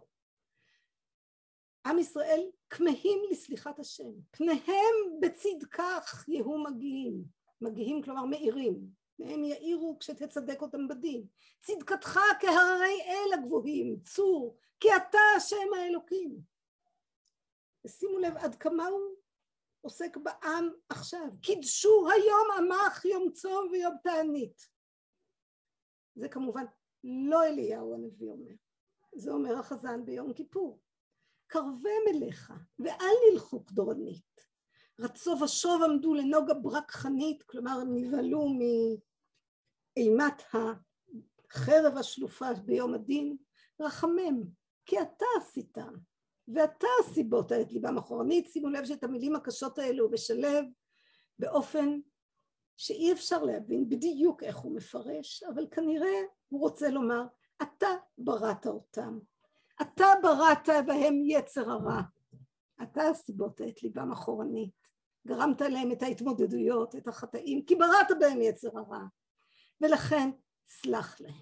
עם ישראל כמהים לסליחת השם, פניהם בצדקך יהיו מגיעים, מגיעים כלומר מאירים, מהם יאירו כשתצדק אותם בדין. צדקתך כהררי אל הגבוהים, צור, כי אתה השם האלוקים. ושימו לב עד כמה הוא עוסק בעם עכשיו. קידשו היום עמך יום צום ויום תענית. זה כמובן לא אליהו הנביא אומר, זה אומר החזן ביום כיפור. קרבם אליך ואל נלכו קדורנית. רצו ושוב עמדו לנוגה ברק חנית, כלומר הם נבהלו מאימת החרב השלופה ביום הדין. רחמם, כי אתה עשיתם, ואתה הסיבות את ליבם אחורנית. שימו לב שאת המילים הקשות האלו הוא משלב באופן שאי אפשר להבין בדיוק איך הוא מפרש, אבל כנראה הוא רוצה לומר, אתה בראת אותם, אתה בראת בהם יצר הרע, אתה הסיבות את ליבם אחורנית, גרמת להם את ההתמודדויות, את החטאים, כי בראת בהם יצר הרע, ולכן סלח להם.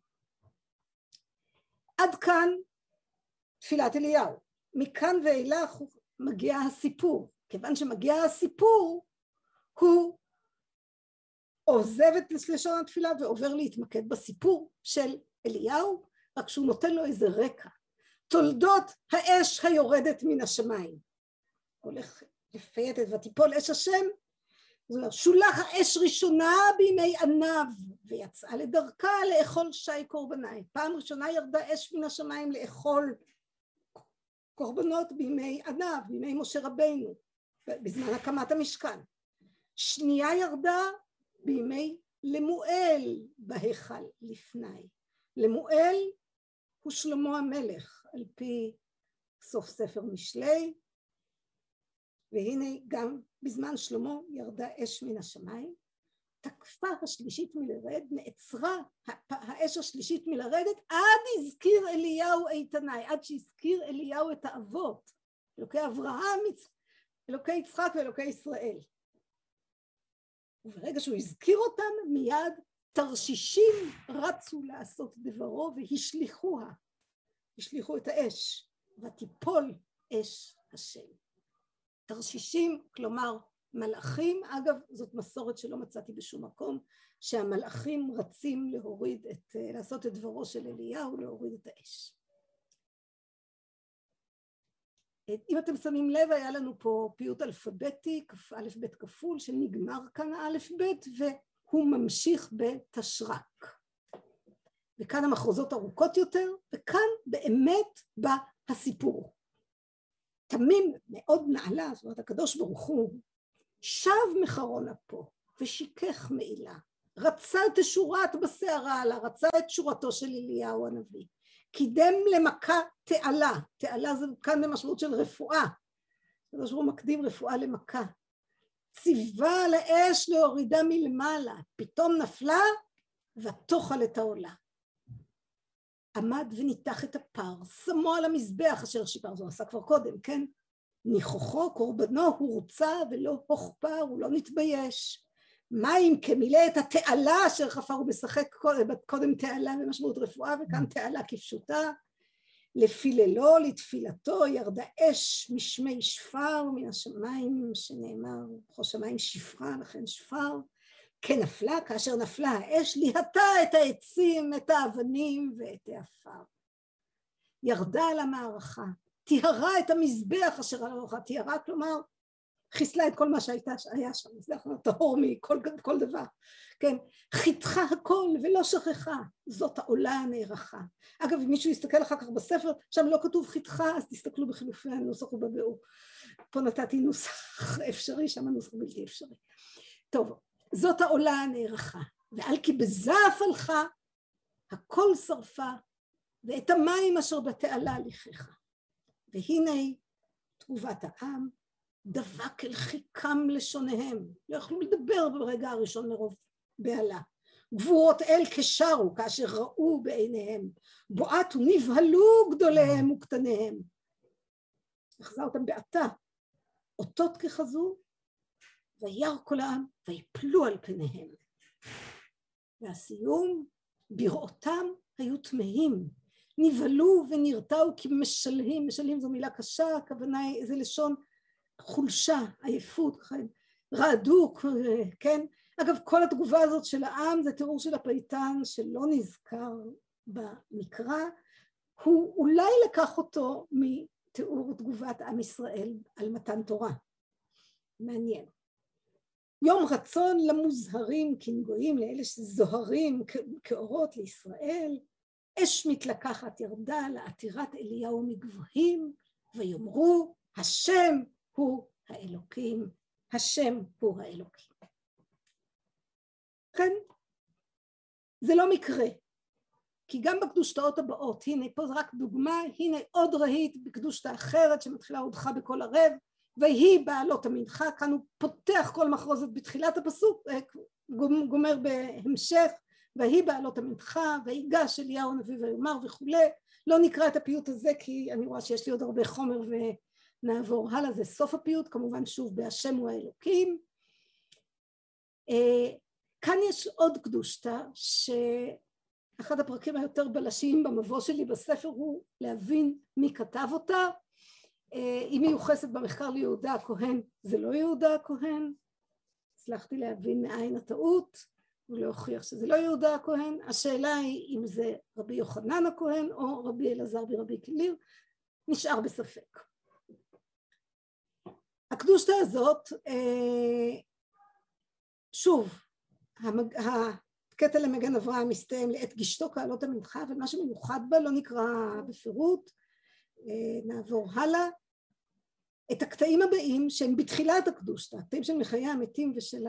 עד כאן תפילת אליהו. מכאן ואילך מגיע הסיפור. כיוון שמגיע הסיפור, הוא עוזב את לשון התפילה ועובר להתמקד בסיפור של אליהו, רק שהוא נותן לו איזה רקע. תולדות האש היורדת מן השמיים. הולך לפייטת ותיפול אש השם. זאת אומרת, שולח האש ראשונה בימי עניו, ויצאה לדרכה לאכול שי קורבני. פעם ראשונה ירדה אש מן השמיים לאכול קורבנות בימי עניו, בימי משה רבינו, בזמן הקמת המשכן. שנייה ירדה בימי למואל בהיכל לפני. למואל הוא שלמה המלך על פי סוף ספר משלי, והנה גם בזמן שלמה ירדה אש מן השמיים, תקפה השלישית מלרד, נעצרה האש השלישית מלרדת, עד הזכיר אליהו איתני, עד שהזכיר אליהו את האבות, אלוקי אברהם, אלוקי יצחק ואלוקי ישראל. וברגע שהוא הזכיר אותם, מיד תרשישים רצו לעשות דברו והשליחוה, השליחו את האש, ותיפול אש השם. תרשישים, כלומר מלאכים, אגב זאת מסורת שלא מצאתי בשום מקום, שהמלאכים רצים לעשות את דברו של אליהו, להוריד את האש. אם אתם שמים לב, היה לנו פה פיוט אלפביתי, א' ב' כפול, שנגמר כאן א' ב', והוא ממשיך בתשרק. וכאן המחרוזות ארוכות יותר, וכאן באמת בא הסיפור. תמים מאוד נעלה, זאת אומרת הקדוש ברוך הוא, שב מחרון אפו ושיקך מעילה, רצה את תשורת בשערה עלה, רצה את תשורתו של אליהו הנביא, קידם למכה תעלה, תעלה זה כאן במשמעות של רפואה, הקדוש ברוך הוא מקדים רפואה למכה, ציווה על האש להורידה מלמעלה, פתאום נפלה ותאכל את העולה. עמד וניתח את הפר, שמו על המזבח אשר שיפר, זה עשה כבר קודם, כן? ניחוחו, קורבנו, הוא רוצה ולא הוכפר, הוא לא נתבייש. מים כמילא את התעלה אשר חפר, הוא משחק קודם תעלה במשמעות רפואה, וכאן תעלה כפשוטה. לפיללו, לתפילתו, ירדה אש משמי שפר מן השמיים, שנאמר, חוש שמיים שפרה, לכן שפר. כנפלה, כאשר נפלה האש, ליהתה את העצים, את האבנים ואת העפר. ירדה על המערכה, טיהרה את המזבח אשר על הארוחה, טיהרה כלומר, חיסלה את כל מה שהיה שם, זה טהור מכל דבר, כן, חיתכה הכל ולא שכחה, זאת העולה הנערכה. אגב, אם מישהו יסתכל אחר כך בספר, שם לא כתוב חיתכה, אז תסתכלו בחילופי הנוסח ובביאור. פה נתתי נוסח אפשרי, שם הנוסח בלתי אפשרי. טוב, זאת העולה הנערכה, ועל כי בזעף הלכה, הכל שרפה, ואת המים אשר בתעלה לכך. והנה תגובת העם, דבק אל חיכם לשונהם, לא יכלו לדבר ברגע הראשון מרוב בעלה. גבורות אל כשרו, כאשר ראו בעיניהם, בועטו נבהלו גדוליהם וקטניהם. החזה אותם בעתה, אותות כחזו, וירא כל העם, ויפלו על פניהם. והסיום, בראותם היו תמהים, נבהלו ונרתעו כמשלהים, משלהים זו מילה קשה, הכוונה היא, זה לשון חולשה, עייפות, רעדו, כן? אגב, כל התגובה הזאת של העם זה תיאור של הפייטן שלא נזכר במקרא, הוא אולי לקח אותו מתיאור תגובת עם ישראל על מתן תורה. מעניין. יום רצון למוזהרים כנגויים, לאלה שזוהרים כאורות לישראל, אש מתלקחת ירדה לעתירת אליהו מגבוהים, ויאמרו, השם הוא האלוקים, השם הוא האלוקים. כן, זה לא מקרה, כי גם בקדושתאות הבאות, הנה פה זה רק דוגמה, הנה עוד רהיט בקדושתה אחרת שמתחילה הודחה בכל ערב, והיא בעלות המנחה, כאן הוא פותח כל מחרוזת בתחילת הפסוק, גומר בהמשך, והיא בעלות המנחה, ויגש אליהו הנביא ויאמר וכולי. לא נקרא את הפיוט הזה כי אני רואה שיש לי עוד הרבה חומר ונעבור הלאה, זה סוף הפיוט, כמובן שוב בהשם הוא האלוקים. כאן יש עוד קדושתה, שאחד הפרקים היותר בלשיים במבוא שלי בספר הוא להבין מי כתב אותה. היא מיוחסת במחקר ליהודה הכהן, זה לא יהודה הכהן, הצלחתי להבין מאין הטעות, ולהוכיח שזה לא יהודה הכהן. השאלה היא אם זה רבי יוחנן הכהן או רבי אלעזר ברבי קליר, נשאר בספק. הקדושתה הזאת, שוב, הקטע למגן אברהם מסתיים לעת גשתו כעלות המנחה, ומה שמיוחד בה לא נקרא בפירוט, נעבור הלאה. את הקטעים הבאים שהם בתחילת הקדושתה, הקטעים של מחיי המתים ושל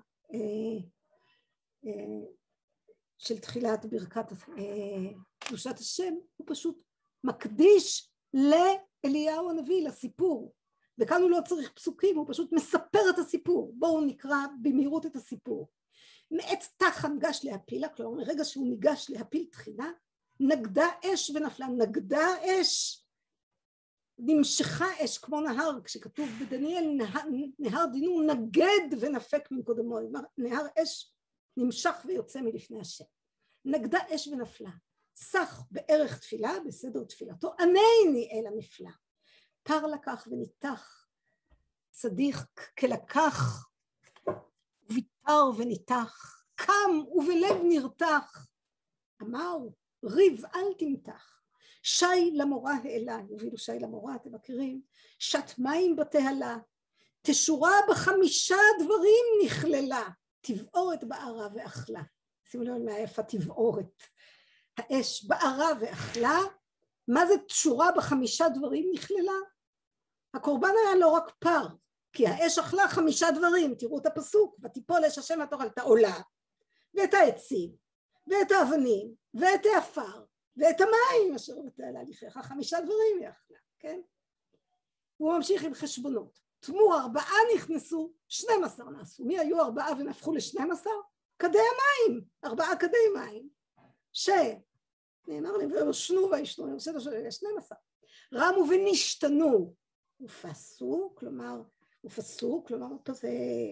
של תחילת ברכת קדושת השם, הוא פשוט מקדיש לאליהו הנביא, לסיפור, וכאן הוא לא צריך פסוקים, הוא פשוט מספר את הסיפור. בואו נקרא במהירות את הסיפור. מעת תחן גש להפילה, כלומר מרגע שהוא ניגש להפיל תחינה, נגדה אש ונפלה. נגדה אש, נמשכה אש כמו נהר, כשכתוב בדניאל נהר דינור נגד ונפק מקודמו, נהר אש נמשך ויוצא מלפני השם. נגדה אש ונפלה, סך בערך תפילה, בסדר תפילתו, ענני אל הנפלא. פר לקח וניתח, צדיק כלקח, ויתר וניתח, קם ובלב נרתח, אמר ריב אל תמתח, שי למורה העלה, יובילו שי למורה, אתם מכירים, שת מים בתעלה, תשורה בחמישה דברים נכללה, תבעורת בערה ואכלה. שימו לב מה יפה תבעורת. האש בערה ואכלה, מה זה תשורה בחמישה דברים נכללה? הקורבן היה לא רק פר, כי האש אכלה חמישה דברים, תראו את הפסוק, ותיפול אש השם מהתורה, את העולה, ואת העצים, ואת האבנים, ואת העפר, ואת המים אשר בתעלה לכך, חמישה דברים היא אכלה, כן? הוא ממשיך עם חשבונות. תמור 4 נכנסו, 12 נעשו. מי היו 4 ונהפכו ל12? כדי המים, 4 כדי מים. שנאמר להם, וישנו וישנו, אני חושבת שזה 12. רמו ונשתנו, ופסו, כלומר, זה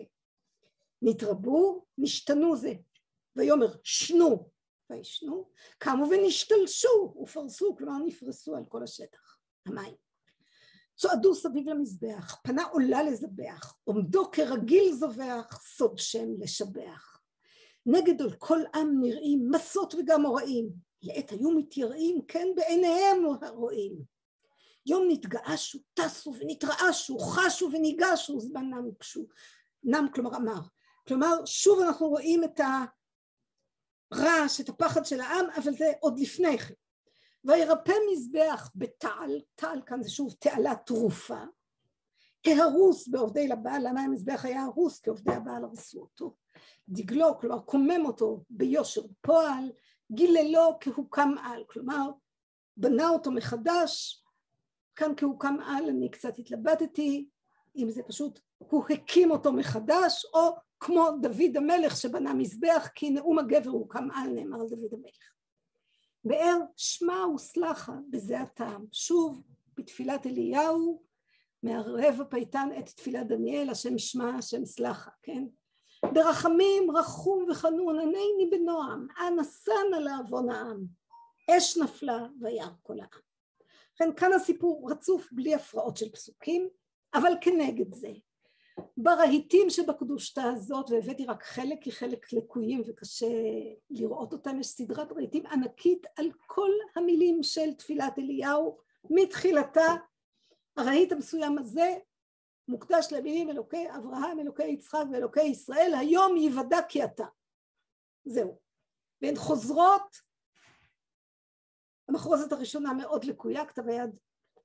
נתרבו, נשתנו זה, ויאמר שנו וישנו, קמו ונשתלשו, ופרסו, כלומר נפרסו על כל השטח, המים. צועדו סביב למזבח, פנה עולה לזבח, עומדו כרגיל זובח, סוד שם לשבח. נגד כל עם נראים מסות וגם מוראים, לעת היו מתייראים, כן בעיניהם רואים. יום נתגעשו, טסו ונתרעשו, חשו וניגשו, זמן נקשו. נם כלומר אמר. כלומר, שוב אנחנו רואים את הרעש, את הפחד של העם, אבל זה עוד לפני כן. וירפא מזבח בתעל, תעל כאן זה שוב תעלה תרופה, ההרוס בעובדי לבעל. למה המזבח היה הרוס? כי עובדי הבעל הרסו אותו. דגלו, כלומר קומם אותו ביושר פועל, גיללו כהוקם על, כלומר בנה אותו מחדש. כאן כהוקם על אני קצת התלבטתי אם זה פשוט הוא הקים אותו מחדש, או כמו דוד המלך שבנה מזבח, כי נאום הגבר הוקם על נאמר על דוד המלך. באר שמה וסלחה, בזה הטעם. שוב בתפילת אליהו מערב הפייטן את תפילת דניאל, השם שמה השם סלחה, כן? ברחמים רחום וחנון ענני בנועם, אנא סנה לעוון העם, אש נפלה וירא כל העם. לכן כאן הסיפור רצוף בלי הפרעות של פסוקים, אבל כנגד זה ברהיטים שבקדושתה הזאת, והבאתי רק חלק כי חלק לקויים וקשה לראות אותם, יש סדרת רהיטים ענקית על כל המילים של תפילת אליהו מתחילתה. הרהיט המסוים הזה מוקדש למילים אלוקי אברהם, אלוקי יצחק ואלוקי ישראל, היום יוודע כי אתה. זהו. והן חוזרות, המחרוזת הראשונה מאוד לקויה, כתב היד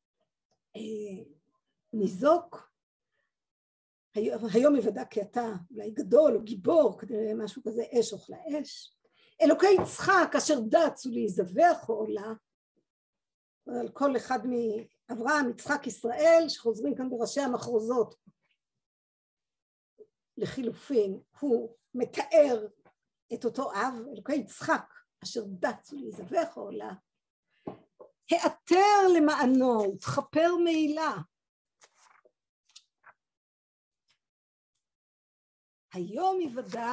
ניזוק, היום יוודע כי אתה, אולי גדול או גיבור, כדי משהו כזה, אש אוכלה אש. אלוקי יצחק אשר דצו להיזבח או עולה, על כל אחד מאברהם, יצחק, ישראל, שחוזרים כאן בראשי המחרוזות. לחילופין, הוא מתאר את אותו אב, אלוקי יצחק, אשר דצו להיזבח או עולה. העתר למענו, תחפר מעילה. היום יוודע,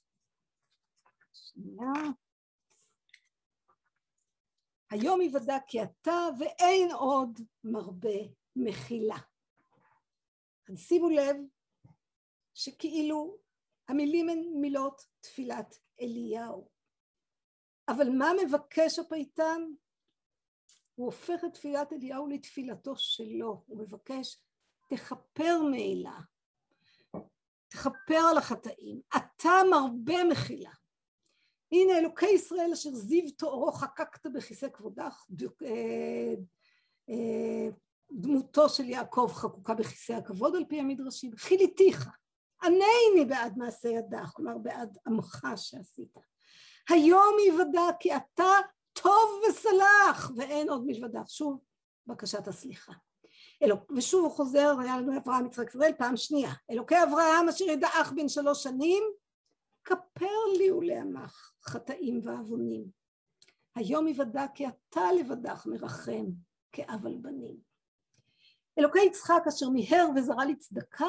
היום יוודע כי אתה ואין עוד מרבה מחילה. אז שימו לב שכאילו המילים הן מילות תפילת אליהו. אבל מה מבקש הפייטן? הוא הופך את תפילת אליהו לתפילתו שלו. הוא מבקש תכפר מעילה. תכפר על החטאים. אתה מרבה מחילה. הנה אלוקי ישראל אשר זיו תוארו חקקת בכיסא כבודך, דמותו של יעקב חקוקה בכיסא הכבוד על פי המדרשים, חיליתיך, ענני בעד מעשה ידך, כלומר בעד עמך שעשית. היום יוודע כי אתה טוב וסלח ואין עוד מלבדך. שוב בקשת הסליחה. ושוב הוא חוזר, היה לנו אברהם יצחק ישראל פעם שנייה. אלוקי אברהם אשר ידעך בן 3 שנים, כפר לי ולעמך חטאים ועוונים. היום יוודע כי אתה לבדך מרחם כאב על בנים. אלוקי יצחק אשר מיהר וזרע לצדקה,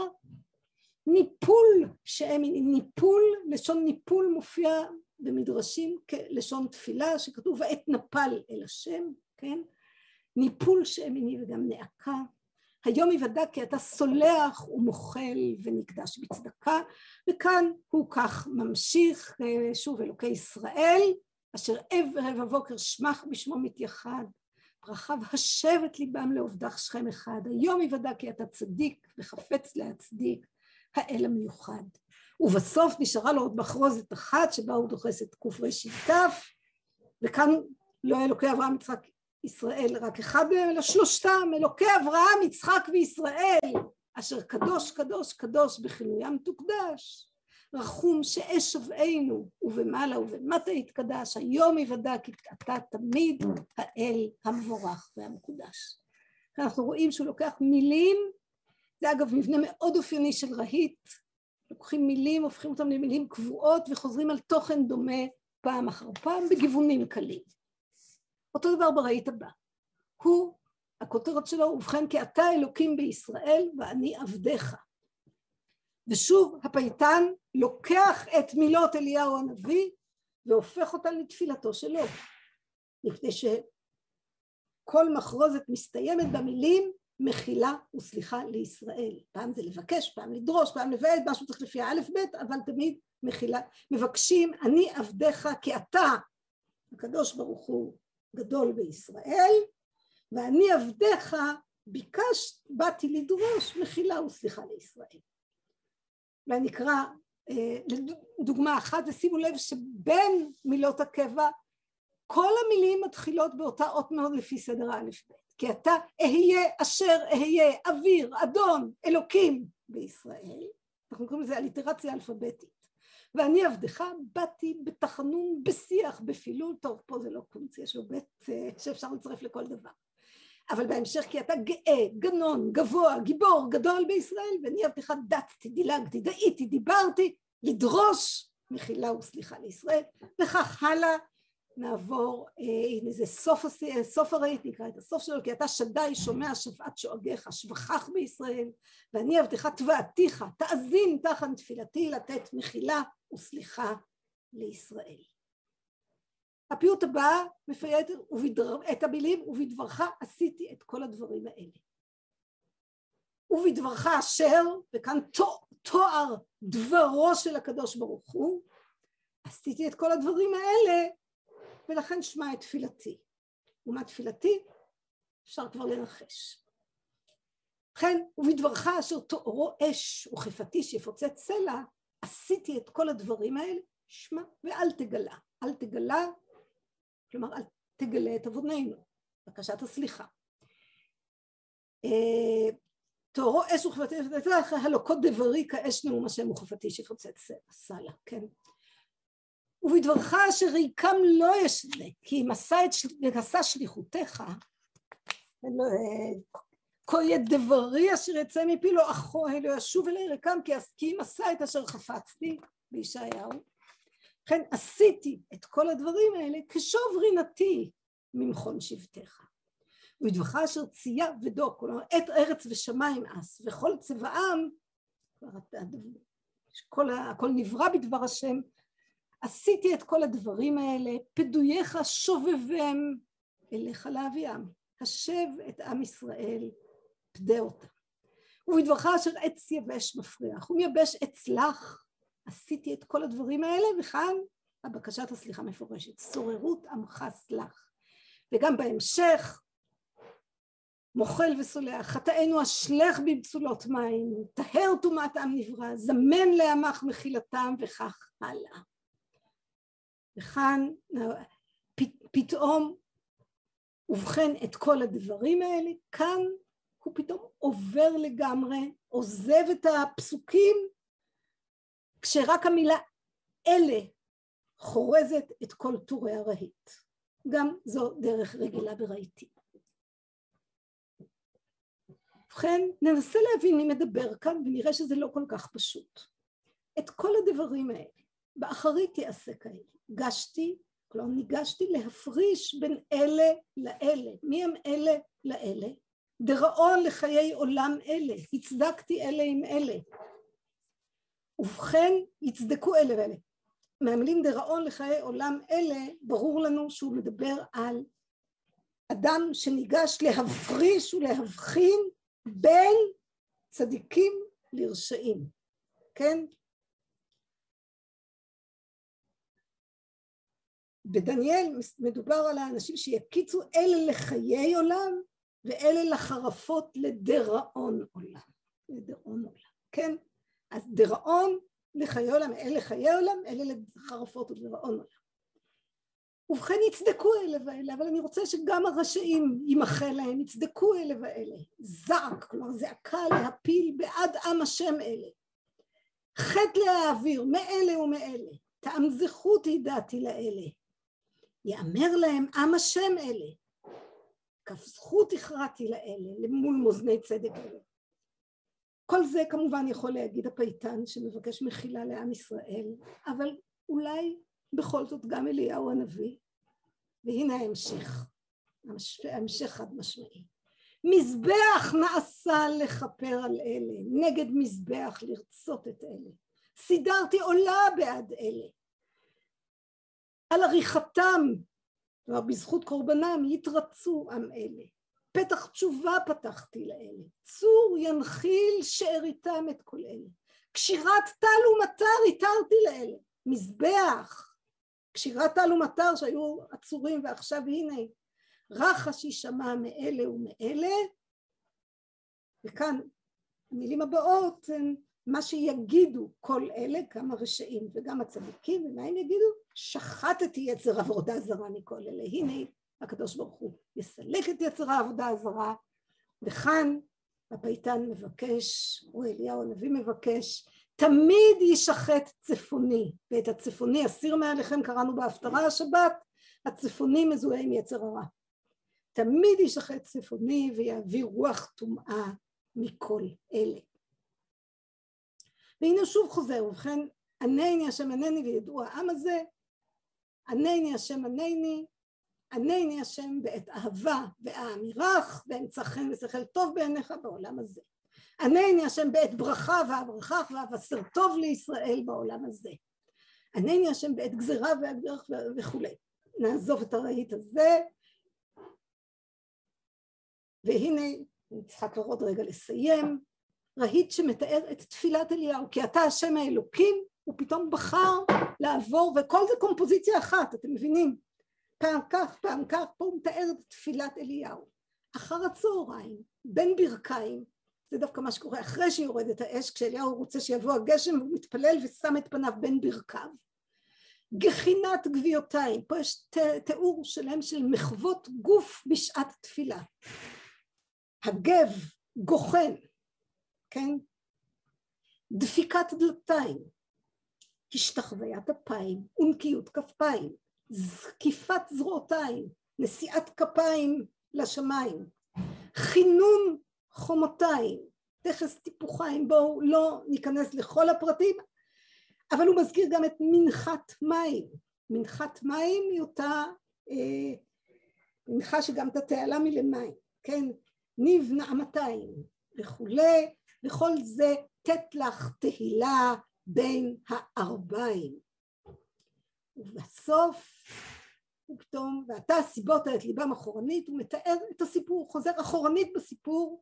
ניפול ניפול, לשון ניפול מופיע במדרשים כלשון תפילה שכתוב ואת נפל אל השם, כן? ניפול שהמיני וגם נעקה. היום יוודע כי אתה סולח ומוחל ונקדש בצדקה. וכאן הוא כך ממשיך, שוב אלוקי ישראל אשר ערב הבוקר שמח בשמו מתייחד, ברכה השבת ליבם לעובדך שכם אחד. היום יוודע כי אתה צדיק וחפץ להצדיק האל המיוחד. ובסוף נשארה לו עוד מחרוזת אחת שבה הוא דוחס את כופרי שיטף, וכאן לא אלוקי אברהם יצחק ישראל רק אחד מהם אלא שלושתם, אלוקי אברהם יצחק וישראל אשר קדוש קדוש קדוש בכינוים תוקדש, רחום שאש שובענו ובמעלה ובמטה יתקדש, היום יוודע כי אתה תמיד האל המבורך והמקודש. אנחנו רואים שהוא לוקח מילים, זה אגב מבנה מאוד אופייני של רהיט, לוקחים מילים, הופכים אותם למילים קבועות וחוזרים על תוכן דומה פעם אחר פעם בגיוונים קלים. אותו דבר ברהיט הבא, הוא, הכותרת שלו, ובכן כי אתה אלוקים בישראל ואני עבדיך. ושוב הפייטן לוקח את מילות אליהו הנביא והופך אותה לתפילתו שלו, לפני שכל מחרוזת מסתיימת במילים מחילה וסליחה לישראל. פעם זה לבקש, פעם לדרוש, פעם לבעל, משהו צריך לפי האלף בית, אבל תמיד מחילה. מבקשים, אני עבדך כי אתה, הקדוש ברוך הוא גדול בישראל, ואני עבדך באתי לדרוש מחילה וסליחה לישראל. ואני אקרא דוגמה אחת, ושימו לב שבין מילות הקבע, כל המילים מתחילות באותה אות מאוד לפי סדר האלף בית. כי אתה אהיה אשר אהיה אוויר, אדון, אלוקים בישראל. אנחנו קוראים לזה אליטרציה אלפביתית. ואני עבדך, באתי בתחנון, בשיח, בפילול. טוב, פה זה לא קונץ, יש לו בית שאפשר לצרף לכל דבר. אבל בהמשך, כי אתה גאה, גנון, גבוה, גיבור, גדול בישראל, ואני עבדך דצתי, דילגתי, דאיתי, דיברתי, לדרוש מחילה וסליחה לישראל, וכך הלאה. נעבור, הנה זה סוף הרהיט, נקרא את הסוף שלו, כי אתה שדי שומע שפעת שואגיך, שבחך בישראל, ואני עבדך תבעתיך, תאזין תחת תפילתי לתת מחילה וסליחה לישראל. הפיוט הבא מפייט את המילים, ובדברך עשיתי את כל הדברים האלה. ובדברך אשר, וכאן תואר דברו של הקדוש ברוך הוא, עשיתי את כל הדברים האלה, ולכן שמע את תפילתי. ומה תפילתי? אפשר כבר לנחש. לכן, ובדברך אשר תוארו אש וכפתי שיפוצץ סלע, עשיתי את כל הדברים האלה, שמע ואל תגלה. אל תגלה, כלומר אל תגלה את עווננו, בקשת הסליחה. תוארו אש וכפתי שיפוצץ סלע, הלוקות דברי כאש נאום השם וכפתי שיפוצץ סלע, כן? ובדברך אשר ריקם לא ישנה, כי אם עשה שליחותך, כה יהיה דברי אשר יצא מפי לא אחו, לא ישוב אלי ריקם, כי אם עשה את אשר חפצתי, בישעיהו. לכן עשיתי את כל הדברים האלה, כשוב רינתי ממכון שבטך. ובדברך אשר צייה ודוק, כלומר את ארץ ושמיים עש, וכל צבעם, הכל נברא בדבר השם, עשיתי את כל הדברים האלה, פדוייך שובבם אליך להביאם. השב את עם ישראל, פדה אותם. ובדברך אשר עץ יבש מפריח, ומייבש עץ לך, עשיתי את כל הדברים האלה, וכאן הבקשת הסליחה מפורשת, סוררות עמך סלח. וגם בהמשך, מוחל וסולח, חטאינו אשלך במצולות מים, טהר טומאת עם נברא, זמן לעמך מחילתם, וכך הלאה. וכאן פתאום, ובכן את כל הדברים האלה, כאן הוא פתאום עובר לגמרי, עוזב את הפסוקים, כשרק המילה אלה חורזת את כל טורי הרהיט. גם זו דרך רגילה בראיתי. ובכן, ננסה להבין מי מדבר כאן, ונראה שזה לא כל כך פשוט. את כל הדברים האלה, באחרית יעשה כאלה. גשתי, כלומר ניגשתי להפריש בין אלה לאלה. מי הם אלה לאלה? דראון לחיי עולם אלה. הצדקתי אלה עם אלה. ובכן, יצדקו אלה ואלה. מהמילים דראון לחיי עולם אלה, ברור לנו שהוא מדבר על אדם שניגש להפריש ולהבחין בין צדיקים לרשעים. כן? בדניאל מדובר על האנשים שיקיצו אלה לחיי עולם, ואלה לחרפות לדראון עולם. לדראון עולם, כן? אז דראון לחיי עולם, אלה חיי עולם, אלה לחרפות לדראון עולם. ובכן יצדקו אלה ואלה, אבל אני רוצה שגם הרשעים ימחה להם, יצדקו אלה ואלה. זעק, כלומר זעקה להפיל בעד עם השם אלה. חטא להעביר מאלה ומאלה, תאמזכות ידעתי לאלה. יאמר להם עם השם אלה, כף זכות הכרעתי לאלה, למול מאזני צדק אלה. כל זה כמובן יכול להגיד הפייטן שמבקש מחילה לעם ישראל, אבל אולי בכל זאת גם אליהו הנביא, והנה ההמשך חד משמעי. מזבח נעשה לכפר על אלה, נגד מזבח לרצות את אלה. סידרתי עולה בעד אלה. על עריכתם, כלומר בזכות קורבנם, יתרצו עם אלה. פתח תשובה פתחתי לאלה, צור ינחיל שאריתם את כל אלה, קשירת טל ומטר התרתי לאלה, מזבח, קשירת טל ומטר שהיו עצורים ועכשיו הנה, רחש יישמע מאלה ומאלה, וכאן המילים הבאות הן מה שיגידו כל אלה, גם הרשעים וגם הצדיקים, ומה הם יגידו? שחטתי יצר עבודה זרה מכל אלה, הנה הקדוש ברוך הוא יסלק את יצר העבודה הזרה, וכאן הפייטן מבקש, או אליהו הנביא מבקש, תמיד ישחט צפוני, ואת הצפוני אסיר מעליכם, קראנו בהפטרה השבת, הצפוני מזוהה עם יצר הרע. תמיד ישחט צפוני ויעביר רוח טומאה מכל אלה. והנה שוב חוזר, ובכן, ענני השם ענני וידעו העם הזה, ענני השם ענני השם בעת אהבה ואמירך, באמצע חן ושכל טוב בעיניך בעולם הזה. ענני השם בעת ברכה ואברכך ואבשר טוב לישראל בעולם הזה. ענני השם בעת גזירה והדרך וכו'. נעזוב את הרהיט הזה, והנה, אני צריכה כבר עוד רגע לסיים, רהיט שמתאר את תפילת אליהו, כי אתה השם האלוקים, הוא פתאום בחר לעבור, וכל זה קומפוזיציה אחת, אתם מבינים? פעם כך, פה הוא מתאר את תפילת אליהו. אחר הצהריים, בין ברכיים, זה דווקא מה שקורה אחרי שיורד את האש, כשאליהו רוצה שיבוא הגשם, והוא מתפלל ושם את פניו בין ברכיו. גחינת גביעותיים, פה יש תיאור שלהם של מחוות גוף בשעת תפילה. הגב גוחן, כן? דפיקת דלתיים, השתחוויית אפיים, ונקיות כפיים, זקיפת זרועותיים, נשיאת כפיים לשמיים, חינון חומותיים, תכס טיפוחיים, בואו לא ניכנס לכל הפרטים, אבל הוא מזכיר גם את מנחת מים. מנחת מים היא אותה מנחה שגם תתעלה מלמים, כן? ניב נעמתיים וכולי, וכל זה תת לך תהילה בין הארבעים. ובסוף הוא פתאום, ואתה סיבות את ליבם אחורנית, הוא מתאר את הסיפור, הוא חוזר אחורנית בסיפור,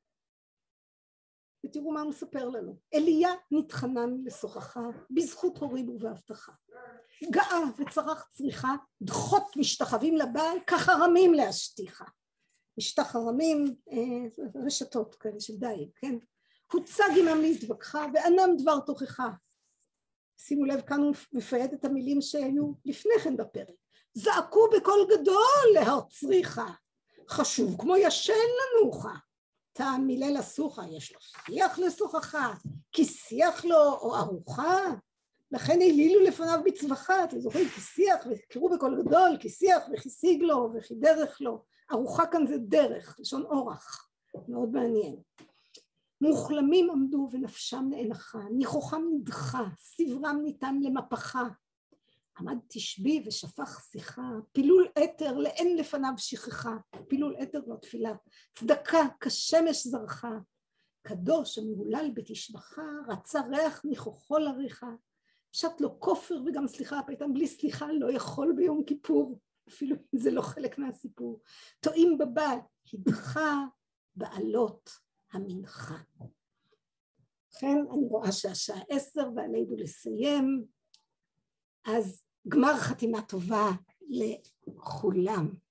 ותראו מה הוא מספר לנו. אליה נתחנן לשוחחה, בזכות הורים ובהבטחה. גאה וצרח צריכה, דחות משתחווים לבעל, כחרמים להשתיחה. משטח הרמים, רשתות כאלה של דייג, כן? הוצג עמם להתווכחה, וענם דבר תוכחה. שימו לב, כאן הוא מפייד את המילים שהיו לפני כן בפרק. זעקו בקול גדול להר צריכה, חשוב כמו ישן לנוחה. תעמילה לסוחה, יש לו שיח לשוחחה, כי שיח לו או ארוחה, לכן העלילו לפניו בצווחה, אתם זוכרים, כי שיח, וקראו בקול גדול, כי שיח וכיסיג לו וכי דרך לו, ארוחה כאן זה דרך, לשון אורח, מאוד מעניין. מוחלמים עמדו ונפשם נאנחה, ניחוחם נדחה, סברם ניתן למפחה, עמד תשבי ושפך שיחה, פילול אתר לאין לפניו שכחה, פילול אתר לא תפילה, צדקה כשמש זרחה, קדוש המהולל בתשבחה, רצה ריח ניחוחו לריחה, שת לו כופר וגם סליחה, הפייטן בלי סליחה לא יכול ביום כיפור, אפילו אם זה לא חלק מהסיפור, טועים בבעל, הדחה בעלות המנחה. לכן אני רואה שהשעה 10 ועלינו לסיים, אז גמר חתימה טובה לכולם.